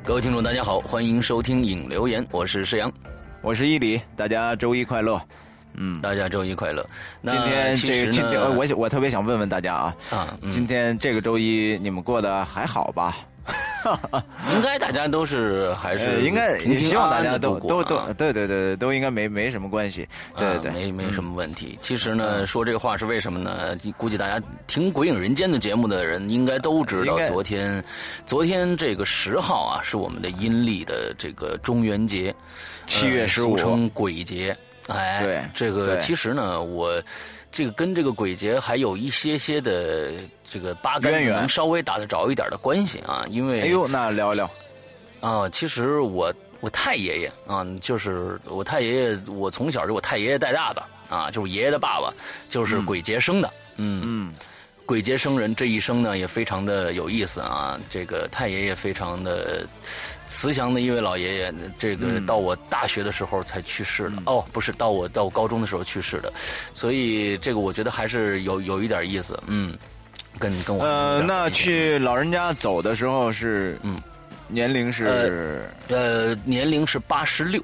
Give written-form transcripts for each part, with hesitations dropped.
各位听众大家好，欢迎收听影留言，我是施阳， 我是伊犁，大家周一快乐。 大家周一快乐。 今天我特别想问问大家今天这个周一你们过得还好吧？ 应该大家都是还是应该希望大家都对都应该没什么关系，对， 没什么问题。其实呢，说这个话是为什么呢？估计大家听《鬼影人间》的节目的人应该都知道，昨天这个10号啊，是我们的阴历的这个中元节 ，7月15， 俗称鬼节。哎， 对， 这个其实呢，我这个跟这个鬼节还有一些的这个八竿子能稍微打得着一点的关系啊，因为那聊聊其实我太爷爷啊，就是我太爷爷，我从小是我太爷爷带大的啊，就是爷爷的爸爸就是鬼节生的，鬼节生人这一生呢也非常的有意思啊，这个太爷爷非常的慈祥的一位老爷爷，这个到我大学的时候才去世的，不是到我高中的时候去世的，所以这个我觉得还是有一点意思，跟我那去老人家走的时候是年龄是年龄是86，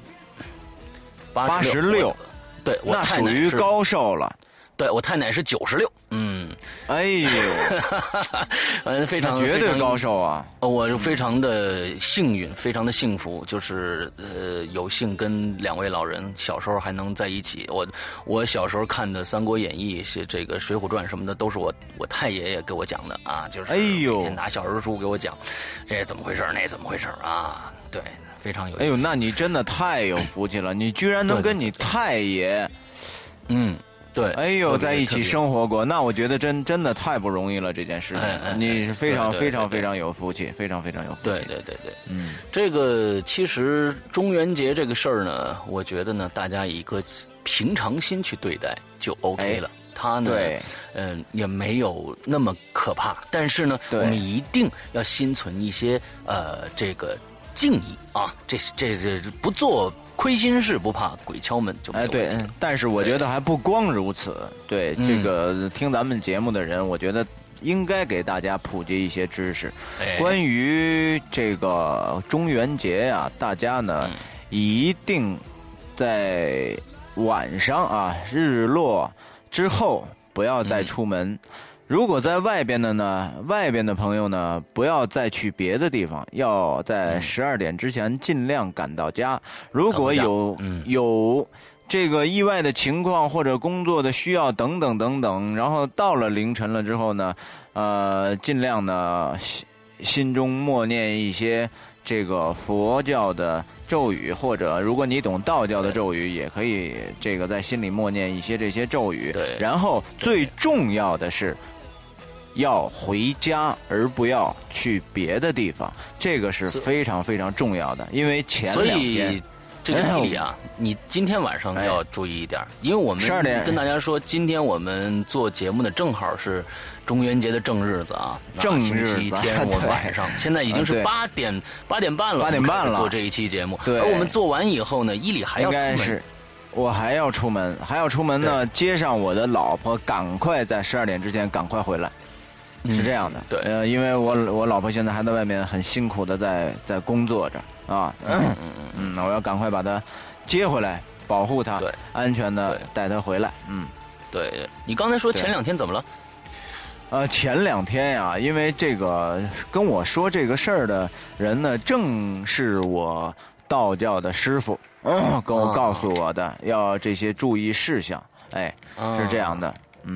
对，我那属于高寿了。 对，我太奶是96， 哎呦， 非常绝对高寿啊！ 我是非常的幸运，非常的幸福，就是有幸跟2位老人小时候还能在一起。我小时候看的《三国演义》、这个《水浒传》什么的，都是我太爷爷给我讲的啊，就是每天拿小人书给我讲，这怎么回事，那怎么回事啊？对，非常有意思。 哎呦，那你真的太有福气了，你居然能跟你太爷， 对， 哎呦，在一起生活过，那我觉得真的太不容易了，这件事情，你是非常有福气，非常有福气。 对，这个其实中元节这个事儿呢，我觉得呢，大家以一个平常心去对待就 OK 了。它呢，也没有那么可怕，但是呢，我们一定要心存一些这个敬意啊，这不做亏心事不怕鬼敲门，就没有问题。 对，但是我觉得还不光如此。对，这个听咱们节目的人，我觉得应该给大家普及一些知识。关于这个中元节呀，大家呢一定在晚上啊日落之后不要再出门。如果在外边的朋友呢，不要再去别的地方，要在12点之前尽量赶到家。如果有这个意外的情况或者工作的需要等等，然后到了凌晨了之后呢，尽量呢心中默念一些这个佛教的咒语，或者如果你懂道教的咒语，也可以这个在心里默念一些这些咒语。 对， 然后最重要的是要回家，而不要去别的地方，这个是非常重要的。因为前2天， 所以这个毅力啊，你今天晚上要注意一点，因为我们 12点跟大家说，今天我们做节目的正好是中元节的正日子啊， 正日子， 星期天我晚上现在已经是8点半了，做这一期节目。 对， 而我们做完以后呢，伊里还要出门。 我还要出门呢，接上我的老婆，赶快在12点之前赶快回来。是这样的， 对， 因为我老婆现在还在外面很辛苦的在工作着啊，我要赶快把她接回来，保护她，安全的带她回来。 对，你刚才说前2天怎么了？ 前2天呀，因为这个跟我说这个事儿的人呢，正是我道教的师傅，跟我告诉我的，要这些注意事项，是这样的，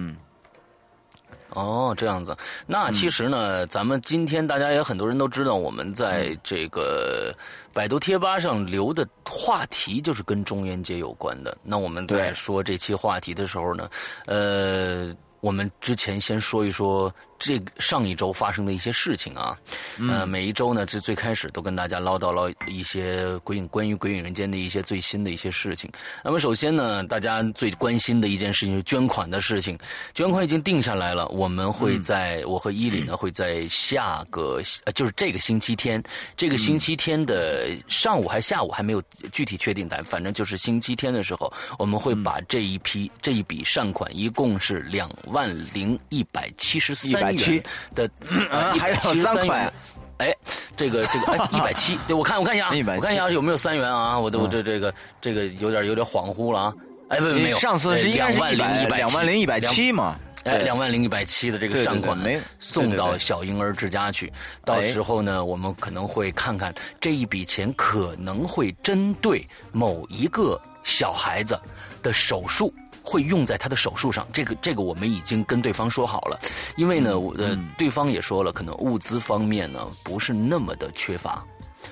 这样子。那其实呢，咱们今天大家也很多人都知道，我们在这个百度贴吧上留的话题就是跟中元节有关的。那我们在说这期话题的时候呢，我们之前先说一说这个上一周发生的一些事情啊，每一周呢，这最开始都跟大家唠叨一些关于鬼影人间的一些最新的一些事情。那么首先呢，大家最关心的一件事情是捐款的事情，捐款已经定下来了，我们会我和伊里呢会在就是这个星期天的上午还下午还没有具体确定，但反正就是星期天的时候，我们会把这一笔善款一共是20173元的， 还有3块。 这个170，对我看一下，我看一下有没有3元啊？我这个有点恍惚了啊！哎，没有， 上次是应该是20170嘛。 20170的这个善款送到小婴儿之家去，到时候呢，我们可能会看看这一笔钱可能会针对某一个小孩子的手术，会用在他的手术上。这个我们已经跟对方说好了，因为呢，对方也说了，可能物资方面呢不是那么的缺乏。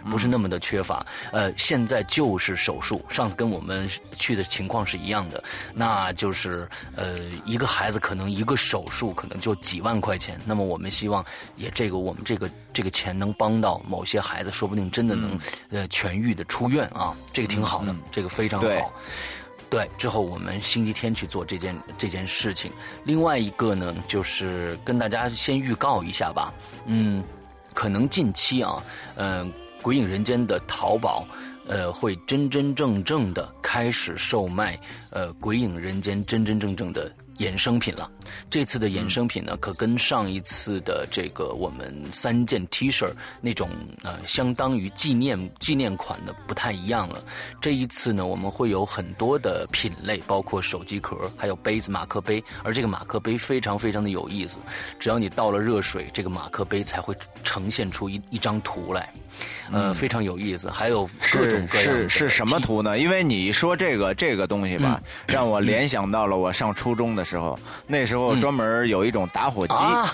现在就是手术，上次跟我们去的情况是一样的，那就是一个孩子可能一个手术可能就几万块钱，那么我们希望也我们这个钱能帮到某些孩子，说不定真的能痊愈的出院啊，这个挺好的，这个非常好。对，之后我们星期天去做这件事情。另外一个呢，就是跟大家先预告一下吧，可能近期啊，鬼影人间的淘宝，会真真正正的开始售卖，鬼影人间真真正正的衍生品了。这次的衍生品呢，可跟上一次的这个我们3件 T 恤那种相当于纪念款的不太一样了。这一次呢，我们会有很多的品类，包括手机壳，还有杯子、马克杯。而这个马克杯非常非常的有意思，只要你倒了热水，这个马克杯才会呈现出一张图来，非常有意思。还有各种各样的是什么图呢？因为你说这个东西吧，让我联想到了我上初中的时候，那时候专门有一种打火机，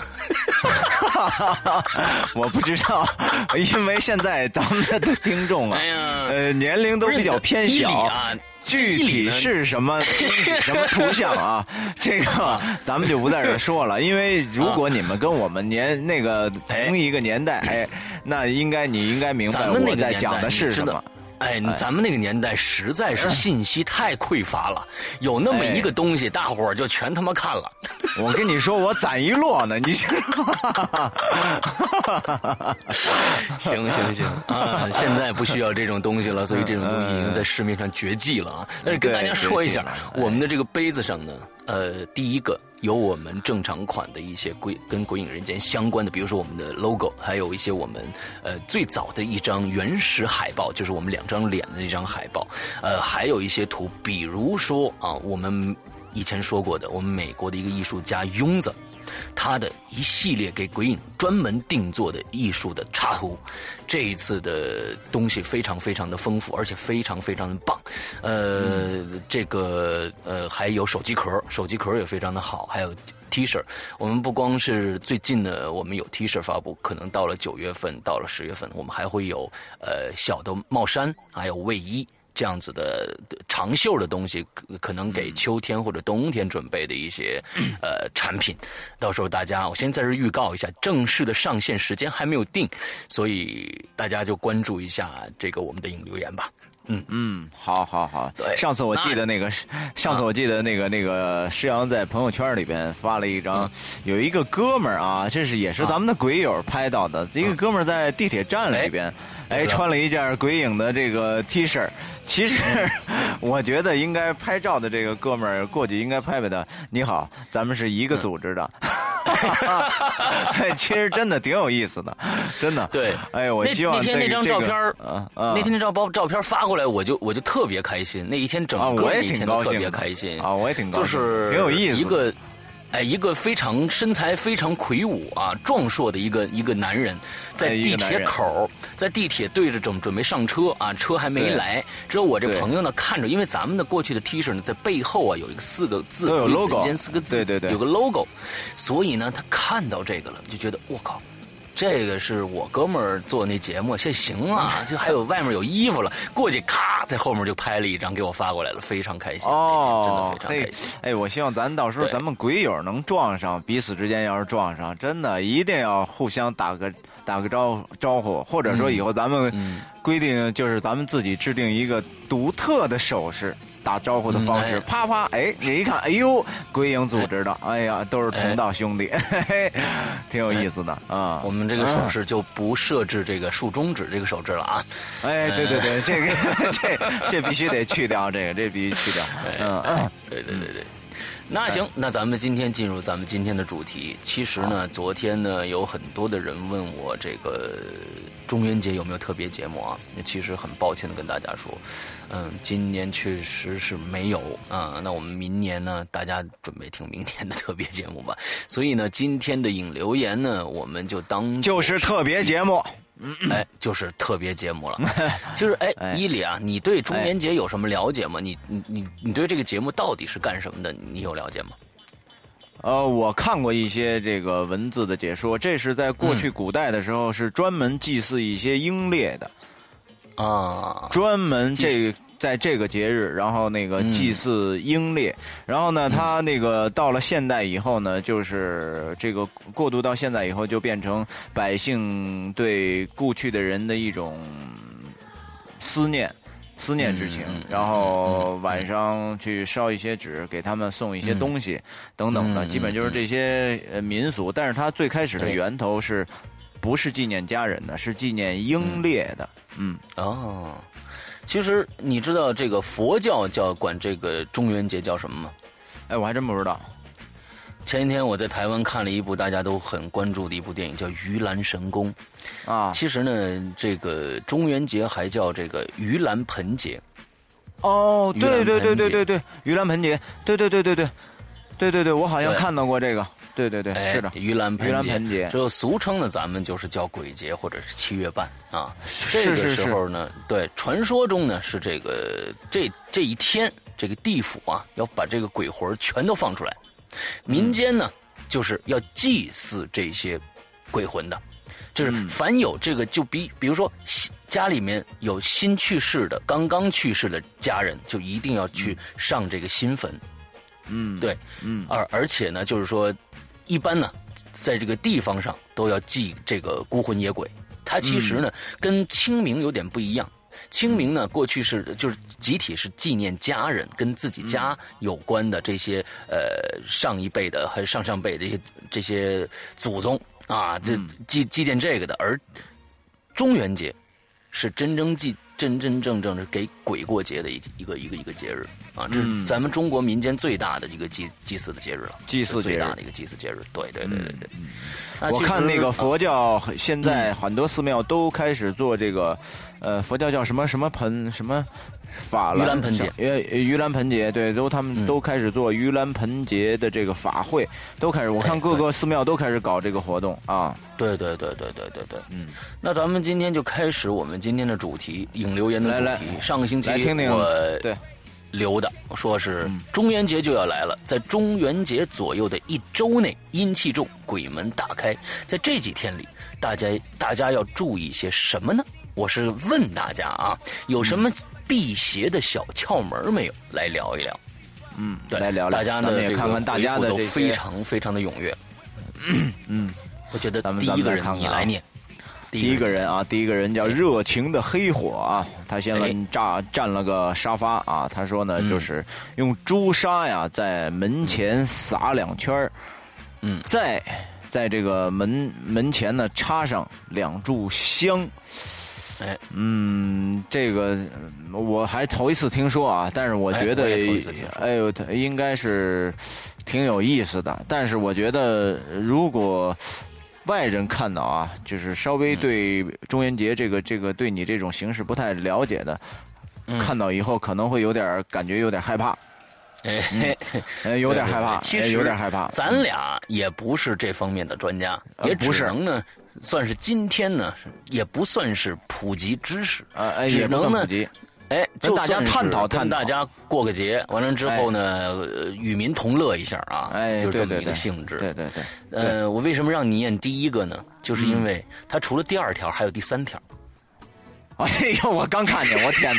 我不知道，因为现在咱们的听众啊，年龄都比较偏小。具体是什么图像啊？这个咱们就不在这说了，因为如果你们跟我们同一个年代，那你应该明白我在讲的是什么。 咱们那个年代实在是信息太匮乏了，有那么一个东西，大伙儿就全他妈看了。 我跟你说，我攒一摞呢，你行啊！现在不需要这种东西了，所以这种东西已经在市面上绝迹了啊。但是跟大家说一下，我们的这个杯子上呢，第一个有我们正常款的一些跟鬼影人间相关的，比如说我们的 logo， 还有一些我们最早的一张原始海报，就是我们2张脸的一张海报，还有一些图，比如说啊，我们以前说过的，我们美国的一个艺术家庸子，他的一系列给鬼影专门定做的艺术的插图，这一次的东西非常非常的丰富，而且非常非常的棒。还有手机壳也非常的好，还有 T 恤。我们不光是最近的，我们有 T 恤发布，可能到了9月份，到了10月份，我们还会有小的帽衫，还有卫衣。这样子的长袖的东西，可能给秋天或者冬天准备的一些产品，到时候大家，我先在这预告一下，正式的上线时间还没有定，所以大家就关注一下这个我们的影留言吧。 好。 对， 上次我记得那个施阳在朋友圈里边发了一张，有一个哥们儿啊，这是也是咱们的鬼友拍到的，一个哥们儿在地铁站里边。穿了一件鬼影的这个 T 恤，其实我觉得应该拍照的这个哥们儿过去应该拍拍他，你好，咱们是一个组织的。其实真的挺有意思的，真的。 对， 我希望那天那张照片那天那张照片发过来，我就特别开心。那一天整个那一天都特别开心啊，我也挺高兴， 就是挺有意思。 一个非常身材非常魁梧啊壮硕的一个男人，在地铁口，在地铁对着准备上车啊，车还没来。只有我这朋友呢看着，因为咱们的过去的 T 恤呢在背后啊有一个4个字， 都有 logo， 4个字， 对， 有个 logo， 所以呢他看到这个了，就觉得我靠。这个是我哥们儿做那节目，这行啊！就还有外面有衣服了，过去咔在后面就拍了一张给我发过来了，非常开心哦， 真的非常开心。 我希望咱到时候咱们鬼友能撞上，彼此之间要是撞上，真的一定要互相打个招呼，或者说以后咱们规定就是咱们自己制定一个独特的手势。打招呼的方式，啪啪，你一看，哎呦，鬼影组织的，哎呀，都是同道兄弟，挺有意思的啊。 我们这个手势就不设置这个竖中指这个手势了啊。 对，这个这必须得去掉，这必须去掉。 对。 那行，那咱们今天进入咱们今天的主题。其实呢，昨天呢有很多的人问我这个中元节有没有特别节目啊？那其实很抱歉的跟大家说，今年确实是没有啊。那我们明年呢，大家准备听明年的特别节目吧。所以呢，今天的引留言呢，我们就当就是特别节目。 就是特别节目了。就是伊里啊，你对中元节有什么了解吗？你对这个节目到底是干什么的？你有了解吗？ 我看过一些这个文字的解说，这是在过去古代的时候是专门祭祀一些英烈的啊，专门在这个节日，然后那个祭祀英烈，然后呢，他那个到了现代以后呢，就是这个过渡到现在以后，就变成百姓对故去的人的一种思念之情，然后晚上去烧一些纸，给他们送一些东西等等的，基本就是这些民俗。但是它最开始的源头是不是纪念家人的，是纪念英烈的。 其实你知道这个佛教管这个中元节叫什么吗？ 我还真不知道。 前几天我在台湾看了一部大家都很关注的一部电影，叫《盂兰神功》啊。其实呢，这个中元节还叫这个盂兰盆节。 哦，对，盂兰盆节，对，我好像看到过这个。对，是的， 盂兰盆节，这俗称呢，咱们就是叫鬼节或者是7月半啊。这个时候呢，对，传说中呢是这个这一天，这个地府啊要把这个鬼魂全都放出来，民间呢就是要祭祀这些鬼魂的，就是凡有这个就比如说家里面有新去世的、刚刚去世的家人，就一定要去上这个新坟。对，而且呢，就是说，一般呢，在这个地方上都要祭这个孤魂野鬼。它其实呢，跟清明有点不一样。清明呢，过去就是集体是纪念家人，跟自己家有关的这些上一辈的还是上上辈的这些祖宗啊，这祭奠这个的。而中元节是真正是给鬼过节的一个节日啊，这是咱们中国民间最大的一个祭祀的节日了，最大的一个祭祀节日。对。 我看那个佛教现在很多寺庙都开始做这个，佛教叫什么盆什么法了， 盂兰盆节， 盂兰盆节，对，他们都开始做盂兰盆节的这个法会，都开始，我看各个寺庙都开始搞这个活动啊。 对。那咱们今天就开始我们今天的主题，引留言的主题。上个星期我留的，说是中元节就要来了，在中元节左右的1周内，阴气重，鬼门大开。在这几天里，大家要注意些什么呢？我是问大家啊，有什么辟邪的小窍门没有？来聊一聊。对， 来聊聊。 大家呢， 也看看大家的都非常的踊跃。我觉得第一个人你来念。 第一个人叫热情的黑火啊，他先占了个沙发啊。他说呢，就是用朱砂呀，在门前撒2圈，再在这个门前呢插上2炷香。这个我还头一次听说啊，但是我觉得，应该是挺有意思的。但是我觉得，如果外人看到啊，就是稍微对中元节这个对你这种形式不太了解的，看到以后可能会感觉有点害怕。有点害怕， 其实有点害怕。 咱俩也不是这方面的专家，也只能呢，算是今天呢，也不算是普及知识，只能呢，就大家探讨， 跟大家过个节，完了之后呢，与民同乐一下啊，就是这么一个性质。 对。 我为什么让你念第一个呢？就是因为它除了第2条，还有第3条。 哎呦，我刚看见，我天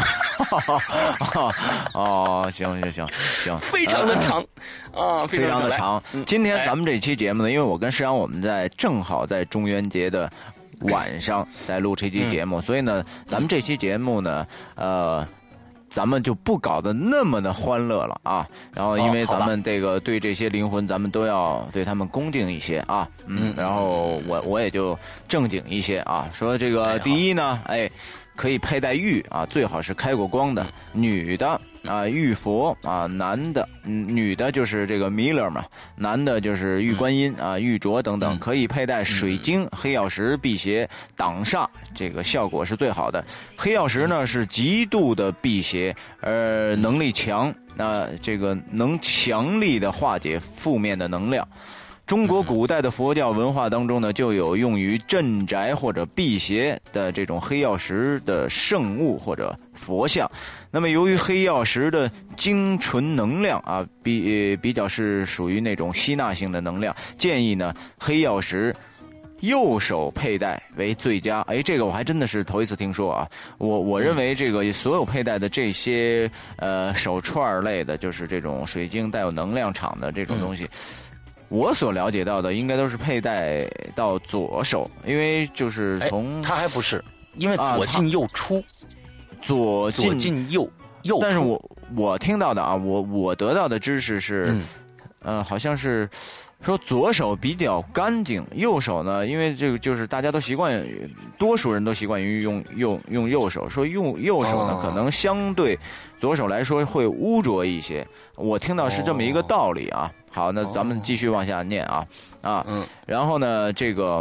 哪！行， 非常的长啊， 非常的长。今天咱们这期节目呢，因为我跟石阳我们正好在中元节的晚上在录这期节目，所以呢，咱们这期节目呢，咱们就不搞得那么的欢乐了啊。然后，因为咱们这个对这些灵魂，咱们都要对他们恭敬一些啊。然后我也就正经一些啊。说这个第一呢， 可以佩戴玉啊，最好是开过光的。女的啊，玉佛啊，男的女的就是这个弥勒嘛，男的就是玉观音啊、玉镯等等，可以佩戴水晶、黑曜石辟邪挡煞，这个效果是最好的。黑曜石呢是极度的辟邪，能力强，那这个能强力的化解负面的能量。中国古代的佛教文化当中呢，就有用于镇宅或者辟邪的这种黑曜石的圣物或者佛像。那么由于黑曜石的精纯能量啊，比较是属于那种吸纳性的能量，建议呢黑曜石右手佩戴为最佳。这个我还真的是头一次听说啊。我认为这个所有佩戴的这些手串类的，就是这种水晶带有能量场的这种东西。我所了解到的应该都是佩戴到左手，因为就是从他还不是，因为左进右出，左进右出。 但是我听到的啊，我得到的知识是，好像是说左手比较干净，右手呢，因为这个就是大家都习惯，多数人都习惯于用右手，说用右手呢可能相对左手来说会污浊一些。我听到是这么一个道理啊。好，那咱们继续往下念啊。然后呢，这个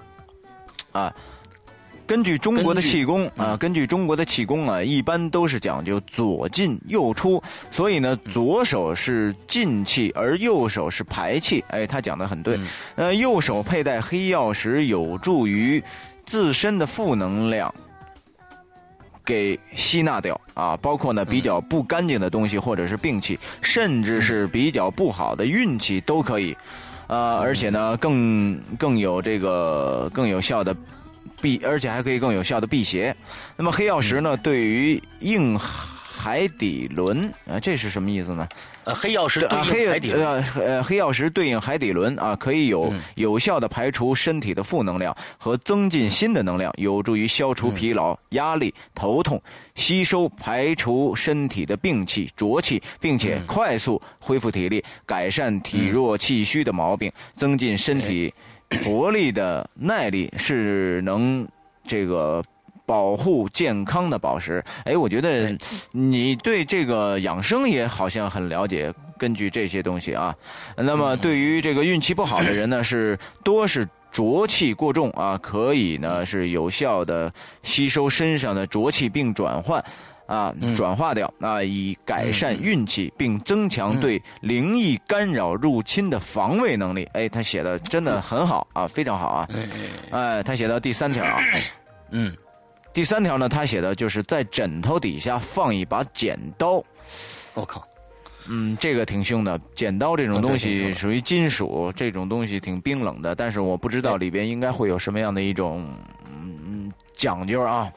根据中国的气功啊，一般都是讲究左进右出，所以呢，左手是进气，而右手是排气。他讲得很对。右手佩戴黑曜石有助于自身的负能量给吸纳掉啊，包括呢比较不干净的东西或者是病气，甚至是比较不好的运气都可以，而且呢更有这个更有效的而且还可以更有效的辟邪。那么黑曜石呢，对于应海底轮这是什么意思呢？ 黑曜石对应海底轮， 黑曜石对应海底轮啊，可以有效的排除身体的负能量和增进新的能量，有助于消除疲劳、压力、头痛，吸收排除身体的病气、浊气，并且快速恢复体力，改善体弱气虚的毛病，增进身体活力的耐力，是能这个保护健康的宝石。我觉得你对这个养生也好像很了解，根据这些东西啊。那么对于这个运气不好的人呢，是浊气过重啊，可以呢是有效的吸收身上的浊气并转化掉啊，以改善运气，并增强对灵异干扰入侵的防卫能力。他写的真的很好啊，非常好啊。他写到第3条啊。第3条呢，他写的就是在枕头底下放一把剪刀。 我靠， 这个挺凶的。剪刀这种东西属于金属，这种东西挺冰冷的，但是我不知道里边应该会有什么样的一种讲究啊。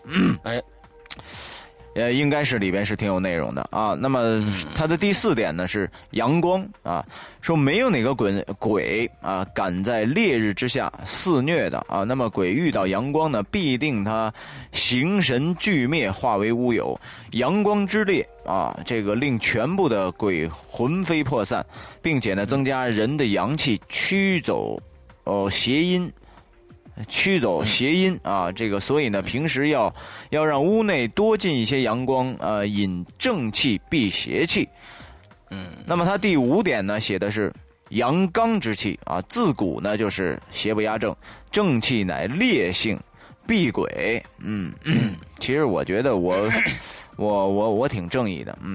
应该是里边是挺有内容的啊。那么它的第4点呢是阳光啊，说没有哪个鬼啊敢在烈日之下肆虐的啊。那么鬼遇到阳光呢，必定他形神俱灭，化为乌有。阳光之烈啊，这个令全部的鬼魂飞魄散，并且呢增加人的阳气，驱走邪阴啊，这个所以呢，平时要让屋内多进一些阳光，引正气避邪气。那么他第5点呢，写的是阳刚之气啊，自古呢就是邪不压正，正气乃烈性，避鬼。其实我觉得我挺正义的，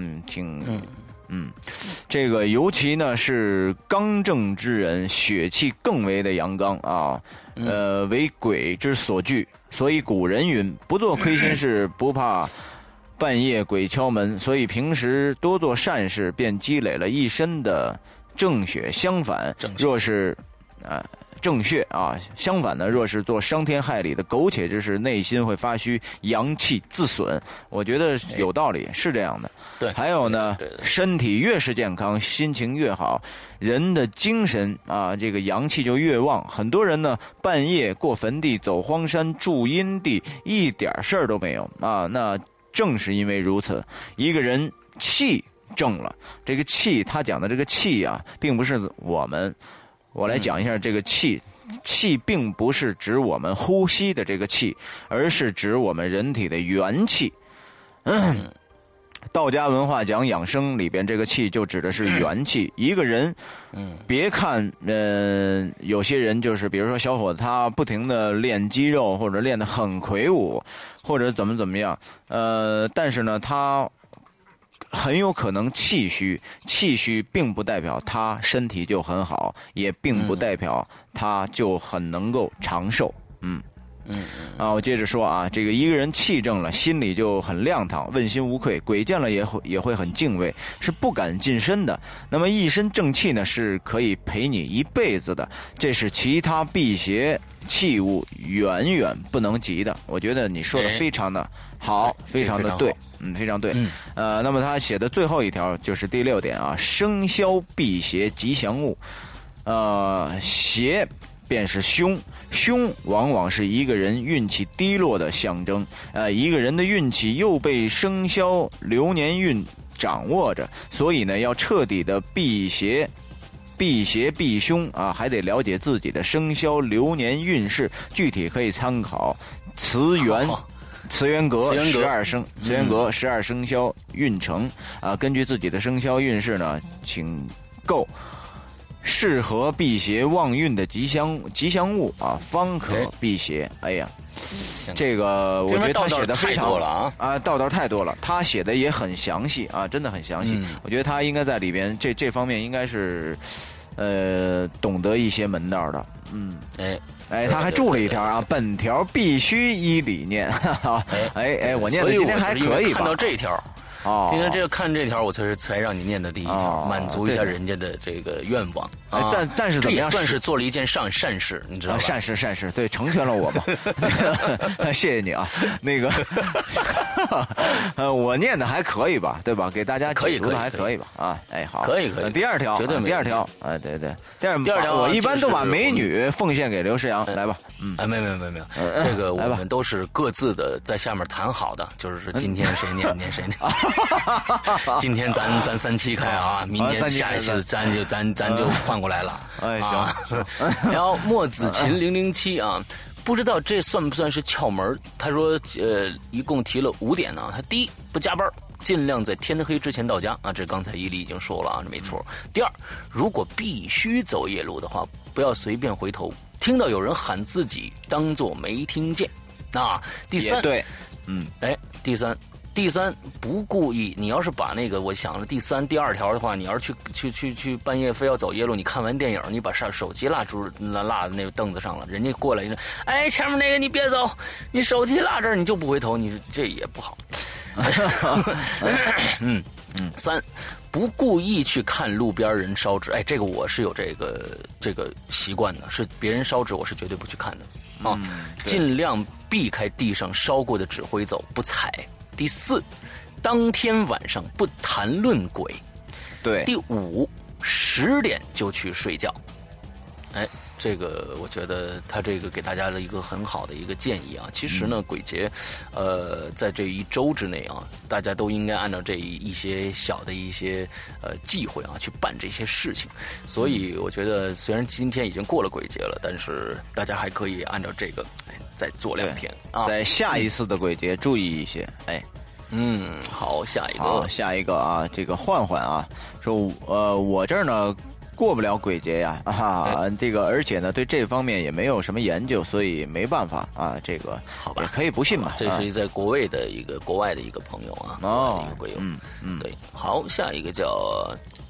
这个尤其呢是刚正之人，血气更为的阳刚啊，为鬼之所惧。所以古人云：不做亏心事，不怕半夜鬼敲门。所以平时多做善事，便积累了一身的正血。相反，若是正血啊，相反呢，若是做伤天害理的苟且之事，内心会发虚，阳气自损。我觉得有道理，是这样的。 对， 还有呢，身体越是健康，心情越好，人的精神啊，这个阳气就越旺。很多人呢，半夜过坟地、走荒山、住阴地，一点事儿都没有啊。那正是因为如此，一个人气正了，这个气，他讲的这个气啊，并不是我来讲一下这个气气并不是指我们呼吸的这个气，而是指我们人体的元气。道家文化讲养生里边，这个气就指的是元气。一个人，别看有些人就是比如说小伙子他不停的练肌肉，或者练得很魁梧，或者怎么样，但是呢他很有可能气虚。气虚并不代表他身体就很好，也并不代表他就很能够长寿。我接着说啊，这个一个人气正了，心里就很亮堂，问心无愧，鬼见了也会很敬畏，是不敢近身的。那么一身正气呢，是可以陪你一辈子的，这是其他辟邪器物远远不能及的。我觉得你说的非常的好，非常的对，非常对。那么他写的最后一条就是第6点啊，生肖辟邪吉祥物，邪便是凶，凶往往是一个人运气低落的象征。一个人的运气又被生肖流年运掌握着，所以呢，要彻底的辟邪避凶啊，还得了解自己的生肖流年运势。具体可以参考慈元阁12生肖运程啊，根据自己的生肖运势呢，请购适合辟邪旺运的吉祥物啊，方可辟邪。哎呀，这个我觉得他写的非常道太多了，他写的也很详细啊，真的很详细。我觉得他应该在里边这方面应该是懂得一些门道的。他还注了一条啊，本条必须依理念。我念的今天还可以吧？ 看到这条。今天看这条，我才让你念的第一条，满足一下人家的这个愿望。 但是怎么样？ 这也算是做了一件善事，你知道吧？ 善事，对，成全了我嘛。谢谢你啊，那个，我念的还可以吧，对吧？给大家解读的还可以吧？啊，好， 可以。 第2条， 绝对没第2条，对，第二条，我一般都把美女奉献给刘诗阳，来吧。 没有，这个我们都是各自的在下面谈好的，就是今天谁念谁念。今天咱3期开啊，明天下一次咱就换过来了。 行。 然后墨子琴007啊，不知道这算不算是窍门？他说一共提了5点呢。他第一，不加班，尽量在天黑之前到家啊，这刚才伊利已经说了啊，这没错。第二，如果必须走夜路的话，不要随便回头，听到有人喊自己，当作没听见。第三， 对， 第三，不故意。你要是把那个，我想了第2条的话，你要是去半夜非要走夜路，你看完电影，你把手机落在那个凳子上了，人家过来一说，前面那个你别走，你手机落这儿，你就不回头，你这也不好。3，不故意去看路边人烧纸。这个我是有这个习惯的，是别人烧纸我是绝对不去看的啊，尽量避开地上烧过的纸灰走，不踩。第4，当天晚上不谈论鬼。 对。 第5，10点就去睡觉。这个我觉得他这个给大家的一个很好的一个建议啊。其实呢，鬼节，在这1周之内啊，大家都应该按照这一些小的一些忌讳啊去办这些事情。所以我觉得，虽然今天已经过了鬼节了，但是大家还可以按照这个再做2天啊。 在下一次的鬼节注意一些。 好，下一个啊，这个换啊，说我这儿呢过不了鬼节呀这个而且呢对这方面也没有什么研究，所以没办法啊，这个好吧， 也可以不信吧。 这是在国外的一个朋友啊，一个鬼友。对，好，下一个叫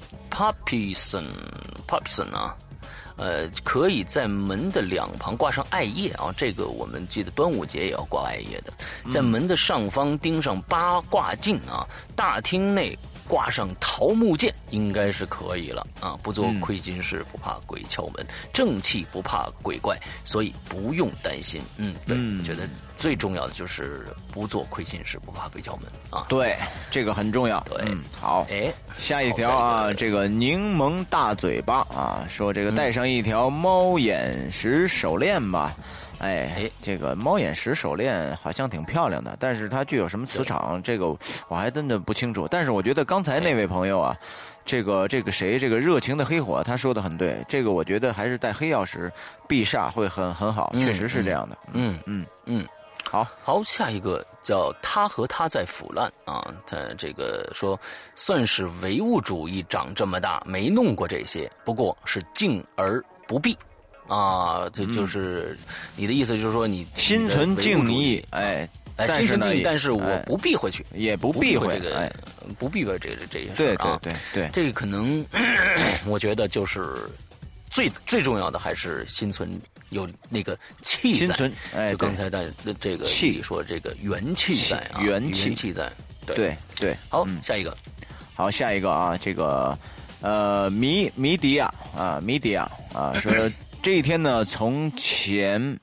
Puppyson 啊。可以在门的2旁挂上艾叶啊，这个我们记得端午节也要挂艾叶的，在门的上方钉上8卦镜啊，大厅内挂上桃木剑，应该是可以了啊。不做亏心事，不怕鬼敲门，正气不怕鬼怪，所以不用担心。对，我觉得最重要的就是不做亏心事，不怕鬼敲门啊。 对，这个很重要。 对， 好，下一条啊，这个柠檬大嘴巴啊，说这个戴上一条猫眼石手链吧。 哎，这个猫眼石手链好像挺漂亮的，但是它具有什么磁场，这个我还真的不清楚。但是我觉得刚才那位朋友啊，这个谁，这个热情的黑火，他说的很对。这个我觉得还是戴黑曜石避煞会很好，确实是这样的。好， 下一个叫他和他在腐烂啊，他这个说算是唯物主义长这么大没弄过这些，不过是敬而不避。啊，这就是你的意思，就是说你心存敬意， 心存敬意，但是我不避讳去， 也不避讳这个，不避讳这些事啊。 对， 这个可能我觉得就是最重要的还是心存有那个气在，就刚才在这个气说这个元气在啊，元气在， 对。 好，下一个啊，这个迷迪亚说。这一天呢，从前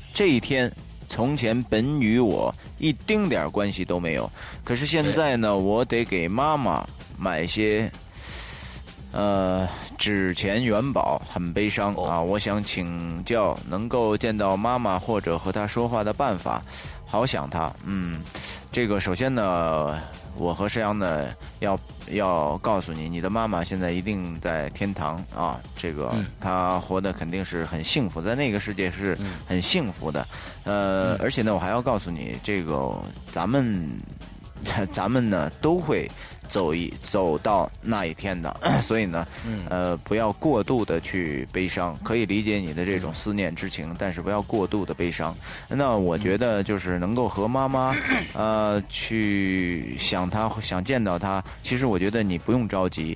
本与我一丁点关系都没有，可是现在呢，我得给妈妈买些纸钱元宝，很悲伤啊！我想请教能够见到妈妈或者和她说话的办法，好想她。这个首先呢，我和石阳呢要告诉你，你的妈妈现在一定在天堂啊！这个她活得肯定是很幸福，在那个世界是很幸福的。而且呢，我还要告诉你，这个咱们呢都会走到那一天的，所以呢，不要过度的去悲伤，可以理解你的这种思念之情，但是不要过度的悲伤。那我觉得就是能够和妈妈，去想她，想见到她，其实我觉得你不用着急，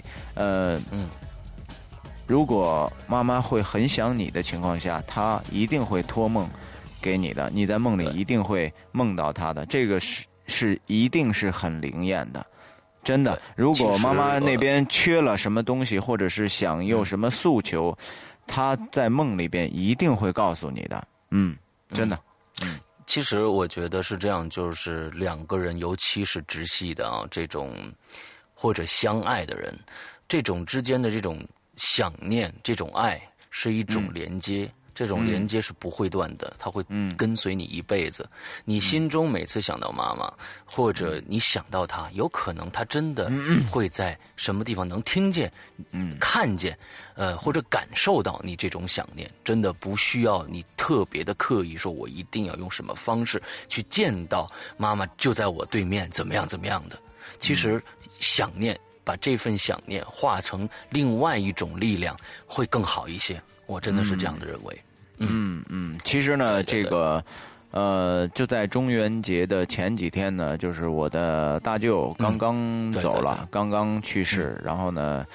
如果妈妈会很想你的情况下，她一定会托梦给你的，你在梦里一定会梦到她的，这个是一定是很灵验的。真的，如果妈妈那边缺了什么东西，或者是想有什么诉求，她在梦里边一定会告诉你的。真的。 其实我觉得是这样，就是两个人，尤其是直系的啊，这种或者相爱的人，这种之间的这种想念、这种爱，是一种连接。这种连接是不会断的，它会跟随你一辈子。你心中每次想到妈妈，或者你想到她，有可能她真的会在什么地方能听见、看见，或者感受到你这种想念。真的不需要你特别的刻意说，我一定要用什么方式去见到妈妈就在我对面，怎么样的。其实想念，把这份想念化成另外一种力量，会更好一些。我真的是这样的认为。 其实呢， 对这个就在中元节的前几天呢，就是我的大舅刚刚走了，刚刚去世。然后呢，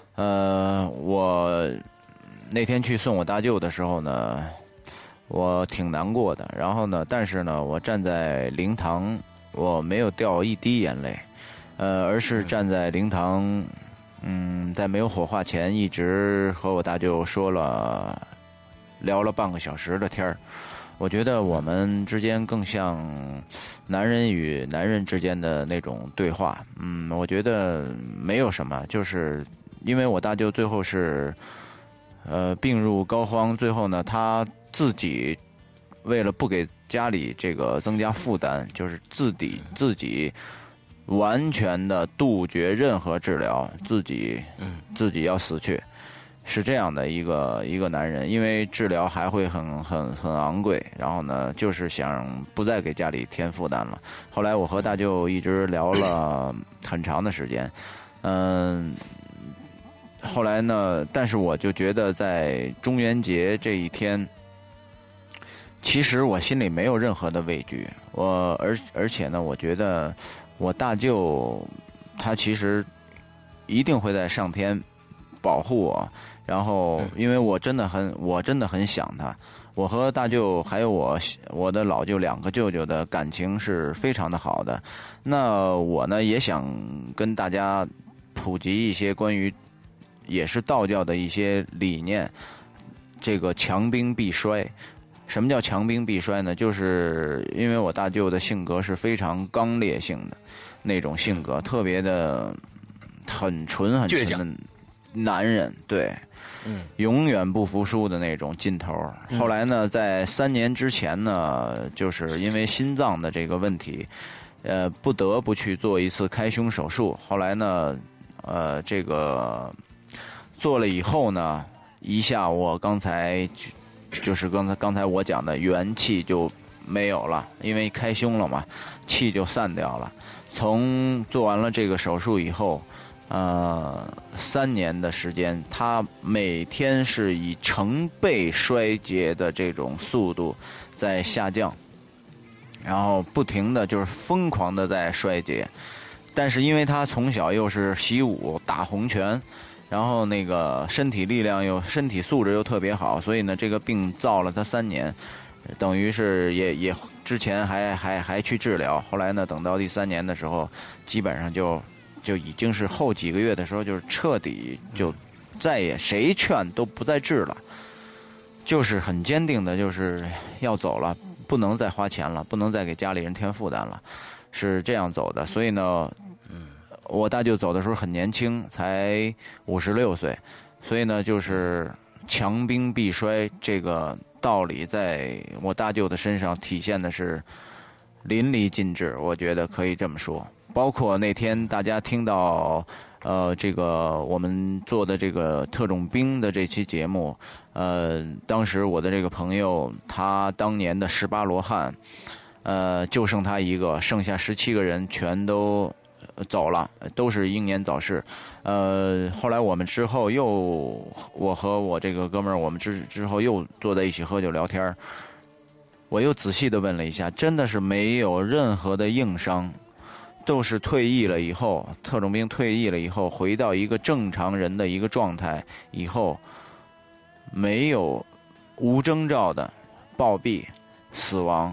我那天去送我大舅的时候呢，我挺难过的。然后呢，但是呢，我站在灵堂，我没有掉一滴眼泪，而是站在灵堂。在没有火化前，一直和我大舅聊了半个小时的天儿。我觉得我们之间更像男人与男人之间的那种对话。我觉得没有什么，就是因为我大舅最后是病入膏肓，最后呢他自己为了不给家里这个增加负担，就是自己完全的杜绝任何治疗，自己要死去，是这样的一个男人。因为治疗还会很昂贵，然后呢，就是想不再给家里添负担了。后来我和大舅一直聊了很长的时间，后来呢，但是我就觉得在中元节这一天，其实我心里没有任何的畏惧，而且呢，我觉得我大舅他其实一定会在上天保护我。然后因为我真的很想他，我和大舅还有我的老舅两个舅舅的感情是非常的好的。那我呢也想跟大家普及一些关于也是道教的一些理念。这个强兵必衰。什么叫强兵必衰呢？就是因为我大舅的性格是非常刚烈性的那种性格，特别的很纯的男人，对，永远不服输的那种劲头。后来呢，在3年之前呢，就是因为心脏的这个问题，不得不去做一次开胸手术。后来呢，这个做了以后呢，一下我刚才我讲的元气就没有了，因为开胸了嘛，气就散掉了。从做完了这个手术以后，3年的时间，他每天是以成倍衰竭的这种速度在下降，然后不停的就是疯狂的在衰竭。但是因为他从小又是习武打洪拳，然后那个身体素质又特别好，所以呢这个病造了他3年，等于是也之前还去治疗，后来呢等到第3年的时候，基本上就已经是后几个月的时候，就是彻底就再也谁劝都不再治了，就是很坚定的就是要走了，不能再花钱了，不能再给家里人添负担了，是这样走的。所以呢，我大舅走的时候很年轻，才56岁，所以呢就是强兵必衰这个道理在我大舅的身上体现的是淋漓尽致，我觉得可以这么说。包括那天大家听到这个我们做的这个特种兵的这期节目，当时我的这个朋友他当年的18罗汉，就剩他一个，剩下17个人全都走了，都是英年早逝。后来我们之后我和我这个哥们儿，我们之后又坐在一起喝酒聊天，我又仔细的问了一下，真的是没有任何的硬伤，都是退役了以后，特种兵退役了以后，回到一个正常人的一个状态以后，没有无征兆的暴毙死亡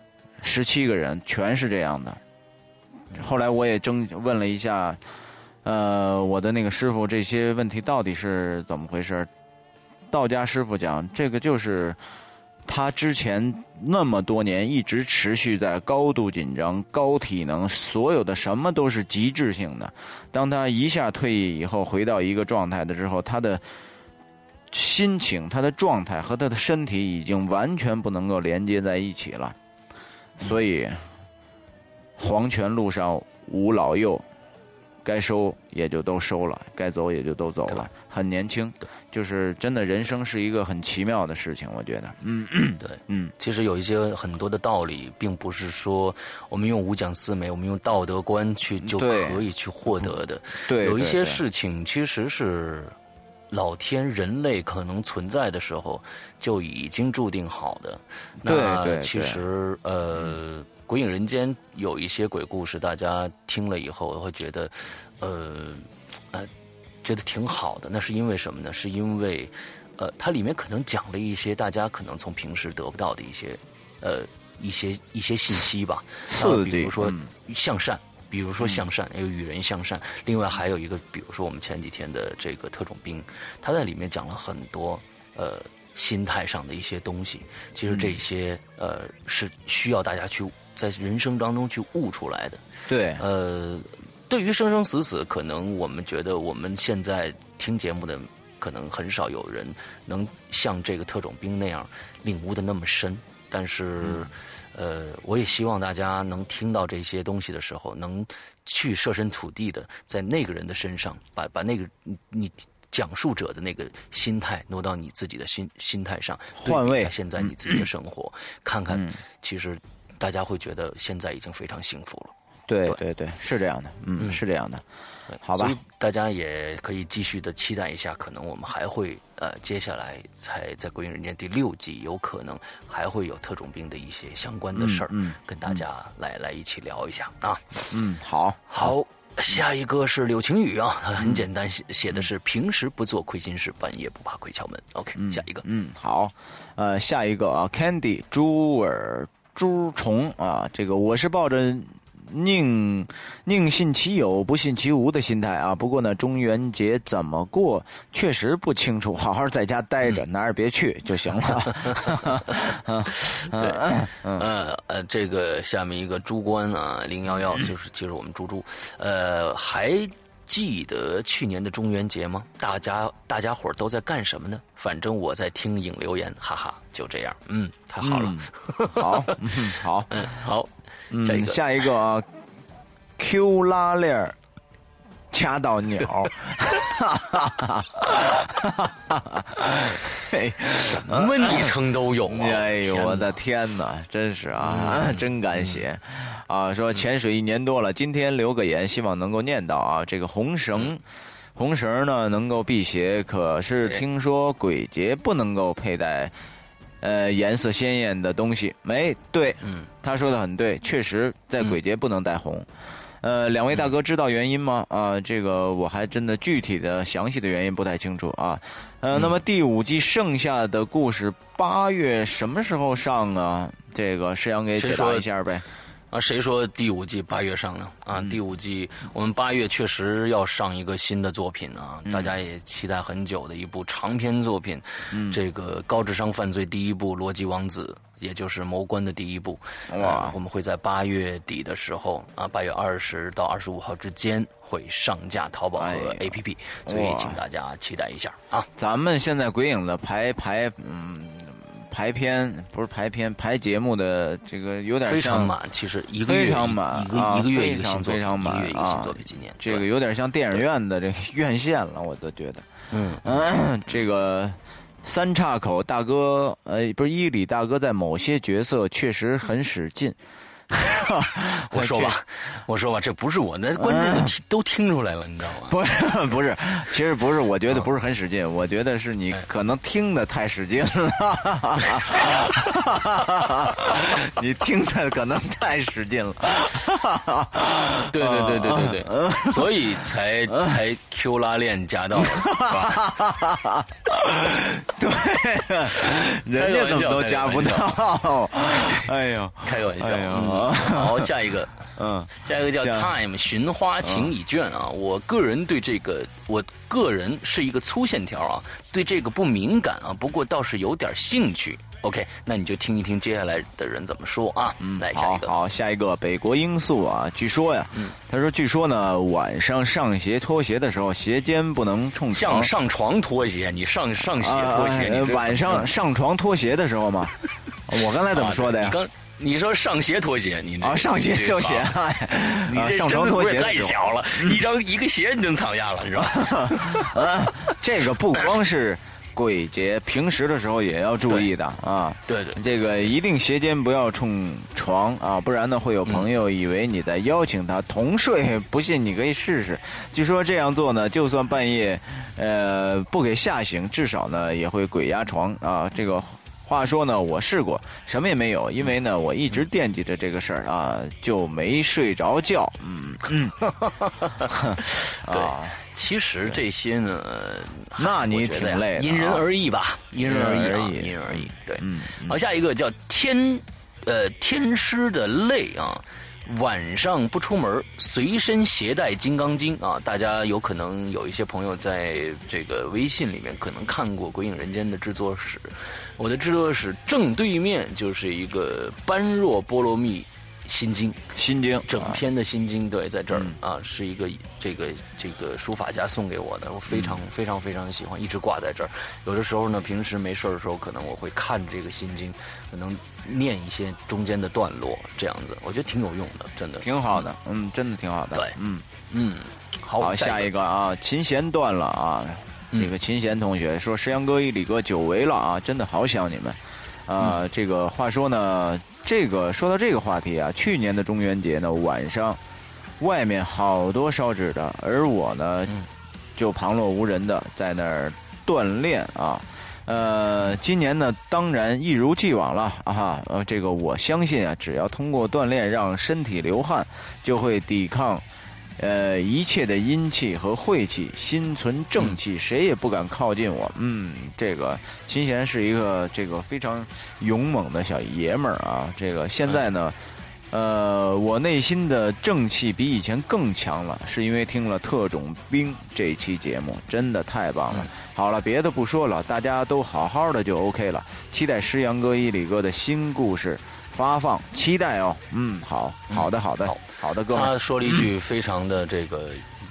，17个人全是这样的。后来我也问了一下，我的那个师傅，这些问题到底是怎么回事？道家师傅讲，这个就是他之前那么多年一直持续在高度紧张、高体能，所有的什么都是极致性的。当他一下退役以后，回到一个状态的之后，他的心情、他的状态和他的身体已经完全不能够连接在一起了。所以黄泉路上无老幼，该收也就都收了，该走也就都走了。很年轻，就是真的人生是一个很奇妙的事情，我觉得。 对，其实有一些很多的道理，并不是说我们用五讲四美，我们用道德观就可以去获得的。 对， 有一些事情其实是老天人类可能存在的时候就已经注定好的。那其实鬼影人间有一些鬼故事，大家听了以后会觉得，觉得挺好的。那是因为什么呢？是因为，它里面可能讲了一些大家可能从平时得不到的一些信息吧， 刺激， 比如说向善。比如说向善，有与人向善。另外还有一个，比如说我们前几天的这个特种兵，他在里面讲了很多心态上的一些东西。其实这些是需要大家去在人生当中去悟出来的。 对， 对于生生死死，可能我们觉得我们现在听节目的可能很少有人能像这个特种兵那样领悟的那么深，但是。我也希望大家能听到这些东西的时候，能去设身处地的在那个人的身上，把那个你讲述者的那个心态挪到你自己的心态上， 换位现在你自己的生活，看看，其实大家会觉得现在已经非常幸福了。 对，是这样的，是这样的。好吧， 所以大家也可以继续的期待一下，可能我们还会接下来在《鬼影人间》第6季，有可能还会有特种兵的一些相关的事儿，跟大家来一起聊一下啊。好，下一个是柳晴雨啊，很简单，写的是平时不做亏心事，半夜不怕鬼敲门。OK，下一个， 好，下一个啊 ，Candy 猪虫啊，这个我是抱着。宁信其有不信其无的心态啊，不过呢中元节怎么过确实不清楚，好好在家待着，哪儿也别去就行了。 这个下面一个猪官啊，011就是我们猪，还记得去年的中元节吗？大家伙都在干什么呢？反正我在听影留言，哈哈，就这样。太好了， 好，好， 好， 下一个啊 ，Q 拉链掐到鸟， 什么昵称都有啊！ 哎呦，我的天哪，真是啊，真敢写啊！说潜水1年多了，今天留个言，希望能够念到啊。这个红绳呢能够辟邪，可是听说鬼节不能够佩戴颜色鲜艳的东西。对，他说的很对，确实在鬼节不能带红。两位大哥知道原因吗？这个我还真的具体的详细的原因不太清楚啊。那么第5季剩下的故事8月什么时候上啊？这个石阳给解答一下呗。 谁说第5季8月上呢？第5季我们8月确实要上一个新的作品啊，大家也期待很久的一部长篇作品，这个高智商犯罪第1部《逻辑王子》。也就是谋官的第1部，我们会在8月底的时候8月20到25号之间会上架淘宝和 APP，所以请大家期待一下啊！ 咱们现在鬼影的排节目的这个有点像非常满，其实一个月非常满， 一个月一个新作， 非常满， 一个月一个新作品纪念， 这个有点像电影院的这个院线了，我都觉得，这个。三岔口大哥，不是伊里大哥，在某些角色确实很使劲。 我说吧，这不是我的观众都听出来了，你知道吗？ 不是，其实不是，我觉得不是很使劲，我觉得是你可能听的太使劲了，你听的可能太使劲了。 对，所以才 Q 拉链加到了，是吧？ 对，人家怎么都加不到？哎呦， 开个玩笑。好，下一个，下一个叫 Time 寻花情已倦啊。我个人是一个粗线条啊，对这个不敏感啊，不过倒是有点兴趣。OK， 那你就听一听接下来的人怎么说啊。来下一个， 好，下一个北国罂粟啊，据说呀，他说据说呢，晚上上鞋脱鞋的时候，鞋尖不能冲床。 上床脱鞋，你上鞋脱鞋，你晚上上床脱鞋的时候吗？我刚才怎么说的呀？ 你说上鞋脱鞋，你上鞋脱鞋， 你这上床脱鞋太小了，一个鞋你就躺下了，是吧？ 这个不光是鬼节，平时的时候也要注意的啊。 对， 这个一定鞋尖不要冲床啊，不然呢会有朋友以为你在邀请他同睡，不信你可以试试。据说这样做呢，就算半夜不给吓醒，至少呢也会鬼压床啊。这个。话说呢，我试过，什么也没有，因为呢，我一直惦记着这个事儿啊，就没睡着觉。 对，其实这些呢， 那你挺累的， 因人而异吧，因人而异。对，好，下一个叫天师的泪啊。晚上不出门，随身携带《金刚经》啊！大家有可能有一些朋友在这个微信里面可能看过《鬼影人间》的制作室，我的制作室正对面就是一个般若波罗蜜心经，整篇的心经，对，在这儿啊，是一个这个书法家送给我的，我非常喜欢，一直挂在这儿。有的时候呢，平时没事的时候，可能我会看这个心经，可能念一些中间的段落，这样子，我觉得挺有用的，真的挺好的，真的挺好的。 对，好， 下一个啊，琴弦断了啊，这个琴弦同学说，石阳哥、一李哥久违了啊，真的好想你们。这个话说呢，说到这个话题啊，去年的中元节呢，晚上外面好多烧纸的，而我呢，就旁若无人的在那儿锻炼啊。今年呢，当然一如既往了啊。这个我相信啊，只要通过锻炼让身体流汗，就会抵抗一切的阴气和晦气，心存正气，谁也不敢靠近我。这个秦贤是一个这个非常勇猛的小爷们儿啊。这个现在呢，我内心的正气比以前更强了，是因为听了特种兵这期节目，真的太棒了。好了，别的不说了，大家都好好的就 OK 了。期待石阳哥、伊里哥的新故事发放，期待哦。好的，哥们。 他说了一句非常的这个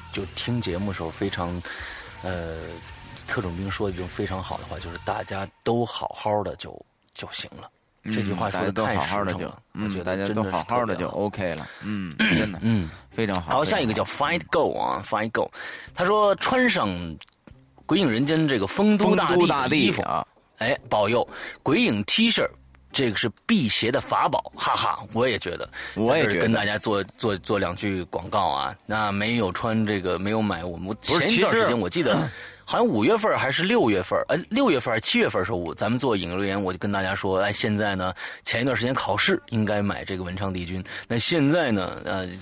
就听节目的时候非常，特种兵说的一种非常好的话，就是大家都好好的就行了。这句话说的太实诚了，我觉得大家都好好的就 OK 了，真的，非常好。 好，下一个叫 Fight Go 啊 ，Fight Go， 他说穿上鬼影人间这个丰都大帝的衣服啊，哎，保佑鬼影 T 恤。这个是辟邪的法宝，哈哈！我也觉得，跟大家做两句广告啊。那没有穿这个，没有买，我们前一段时间我记得，好像5月份还是6月份，6月份还是7月份的时候，咱们做影留言，我就跟大家说，哎，现在呢，前一段时间考试应该买这个文昌帝君，那现在呢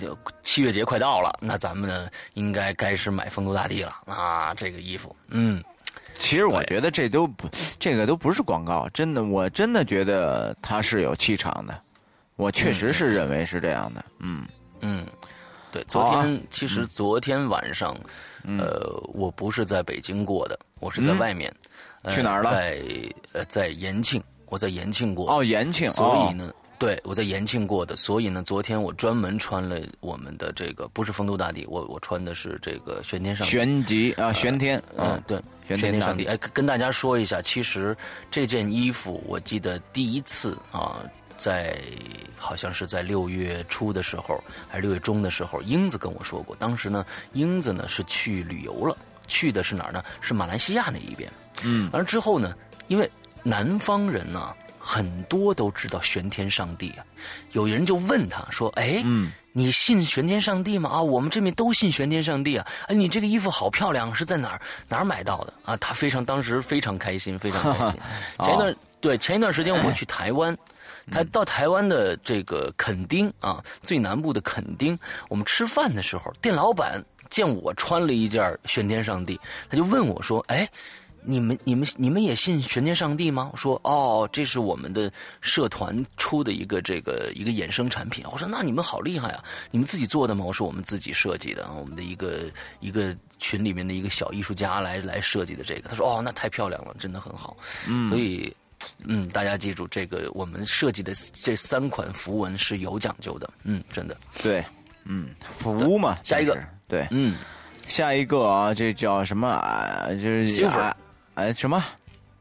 ，7月节快到了，那咱们呢应该是买丰都大帝了啊，这个衣服， 其实我觉得这个都不是广告，真的，我真的觉得他是有气场的，我确实是认为是这样的， 对，其实昨天晚上，我不是在北京过的，我是在外面， 去哪儿了？ 在延庆，我在延庆过。 哦，延庆， 所以呢。对，我在延庆过的，所以呢，昨天我专门穿了我们的这个，不是丰都大帝，我穿的是这个玄天上帝。玄极啊，玄天， 对，玄天上帝。哎，跟大家说一下，其实这件衣服，我记得第一次啊，好像是在6月初的时候，还是6月中的时候，英子跟我说过，当时呢，英子呢是去旅游了，去的是哪儿呢？是马来西亚那一边。完了之后呢，因为南方人呢。很多都知道玄天上帝啊，有人就问他说：“哎，你信玄天上帝吗？啊，我们这边都信玄天上帝啊！哎，你这个衣服好漂亮，是在哪儿买到的啊？”他当时非常开心，非常开心。前一段时间我去台湾，到台湾的这个垦丁啊，最南部的垦丁，我们吃饭的时候，店老板见我穿了一件玄天上帝，他就问我说：“哎。”你们也信玄天上帝吗？我说哦，这是我们的社团出的一个衍生产品。我说那你们好厉害啊！你们自己做的吗？我说我们自己设计的，我们的一个群里面的一个小艺术家来设计的这个。他说哦，那太漂亮了，真的很好。所以大家记住这个，我们设计的这3款符文是有讲究的。真的。 对，符嘛。 下一个， 对，下一个啊，这叫什么啊？就是 silver。 什么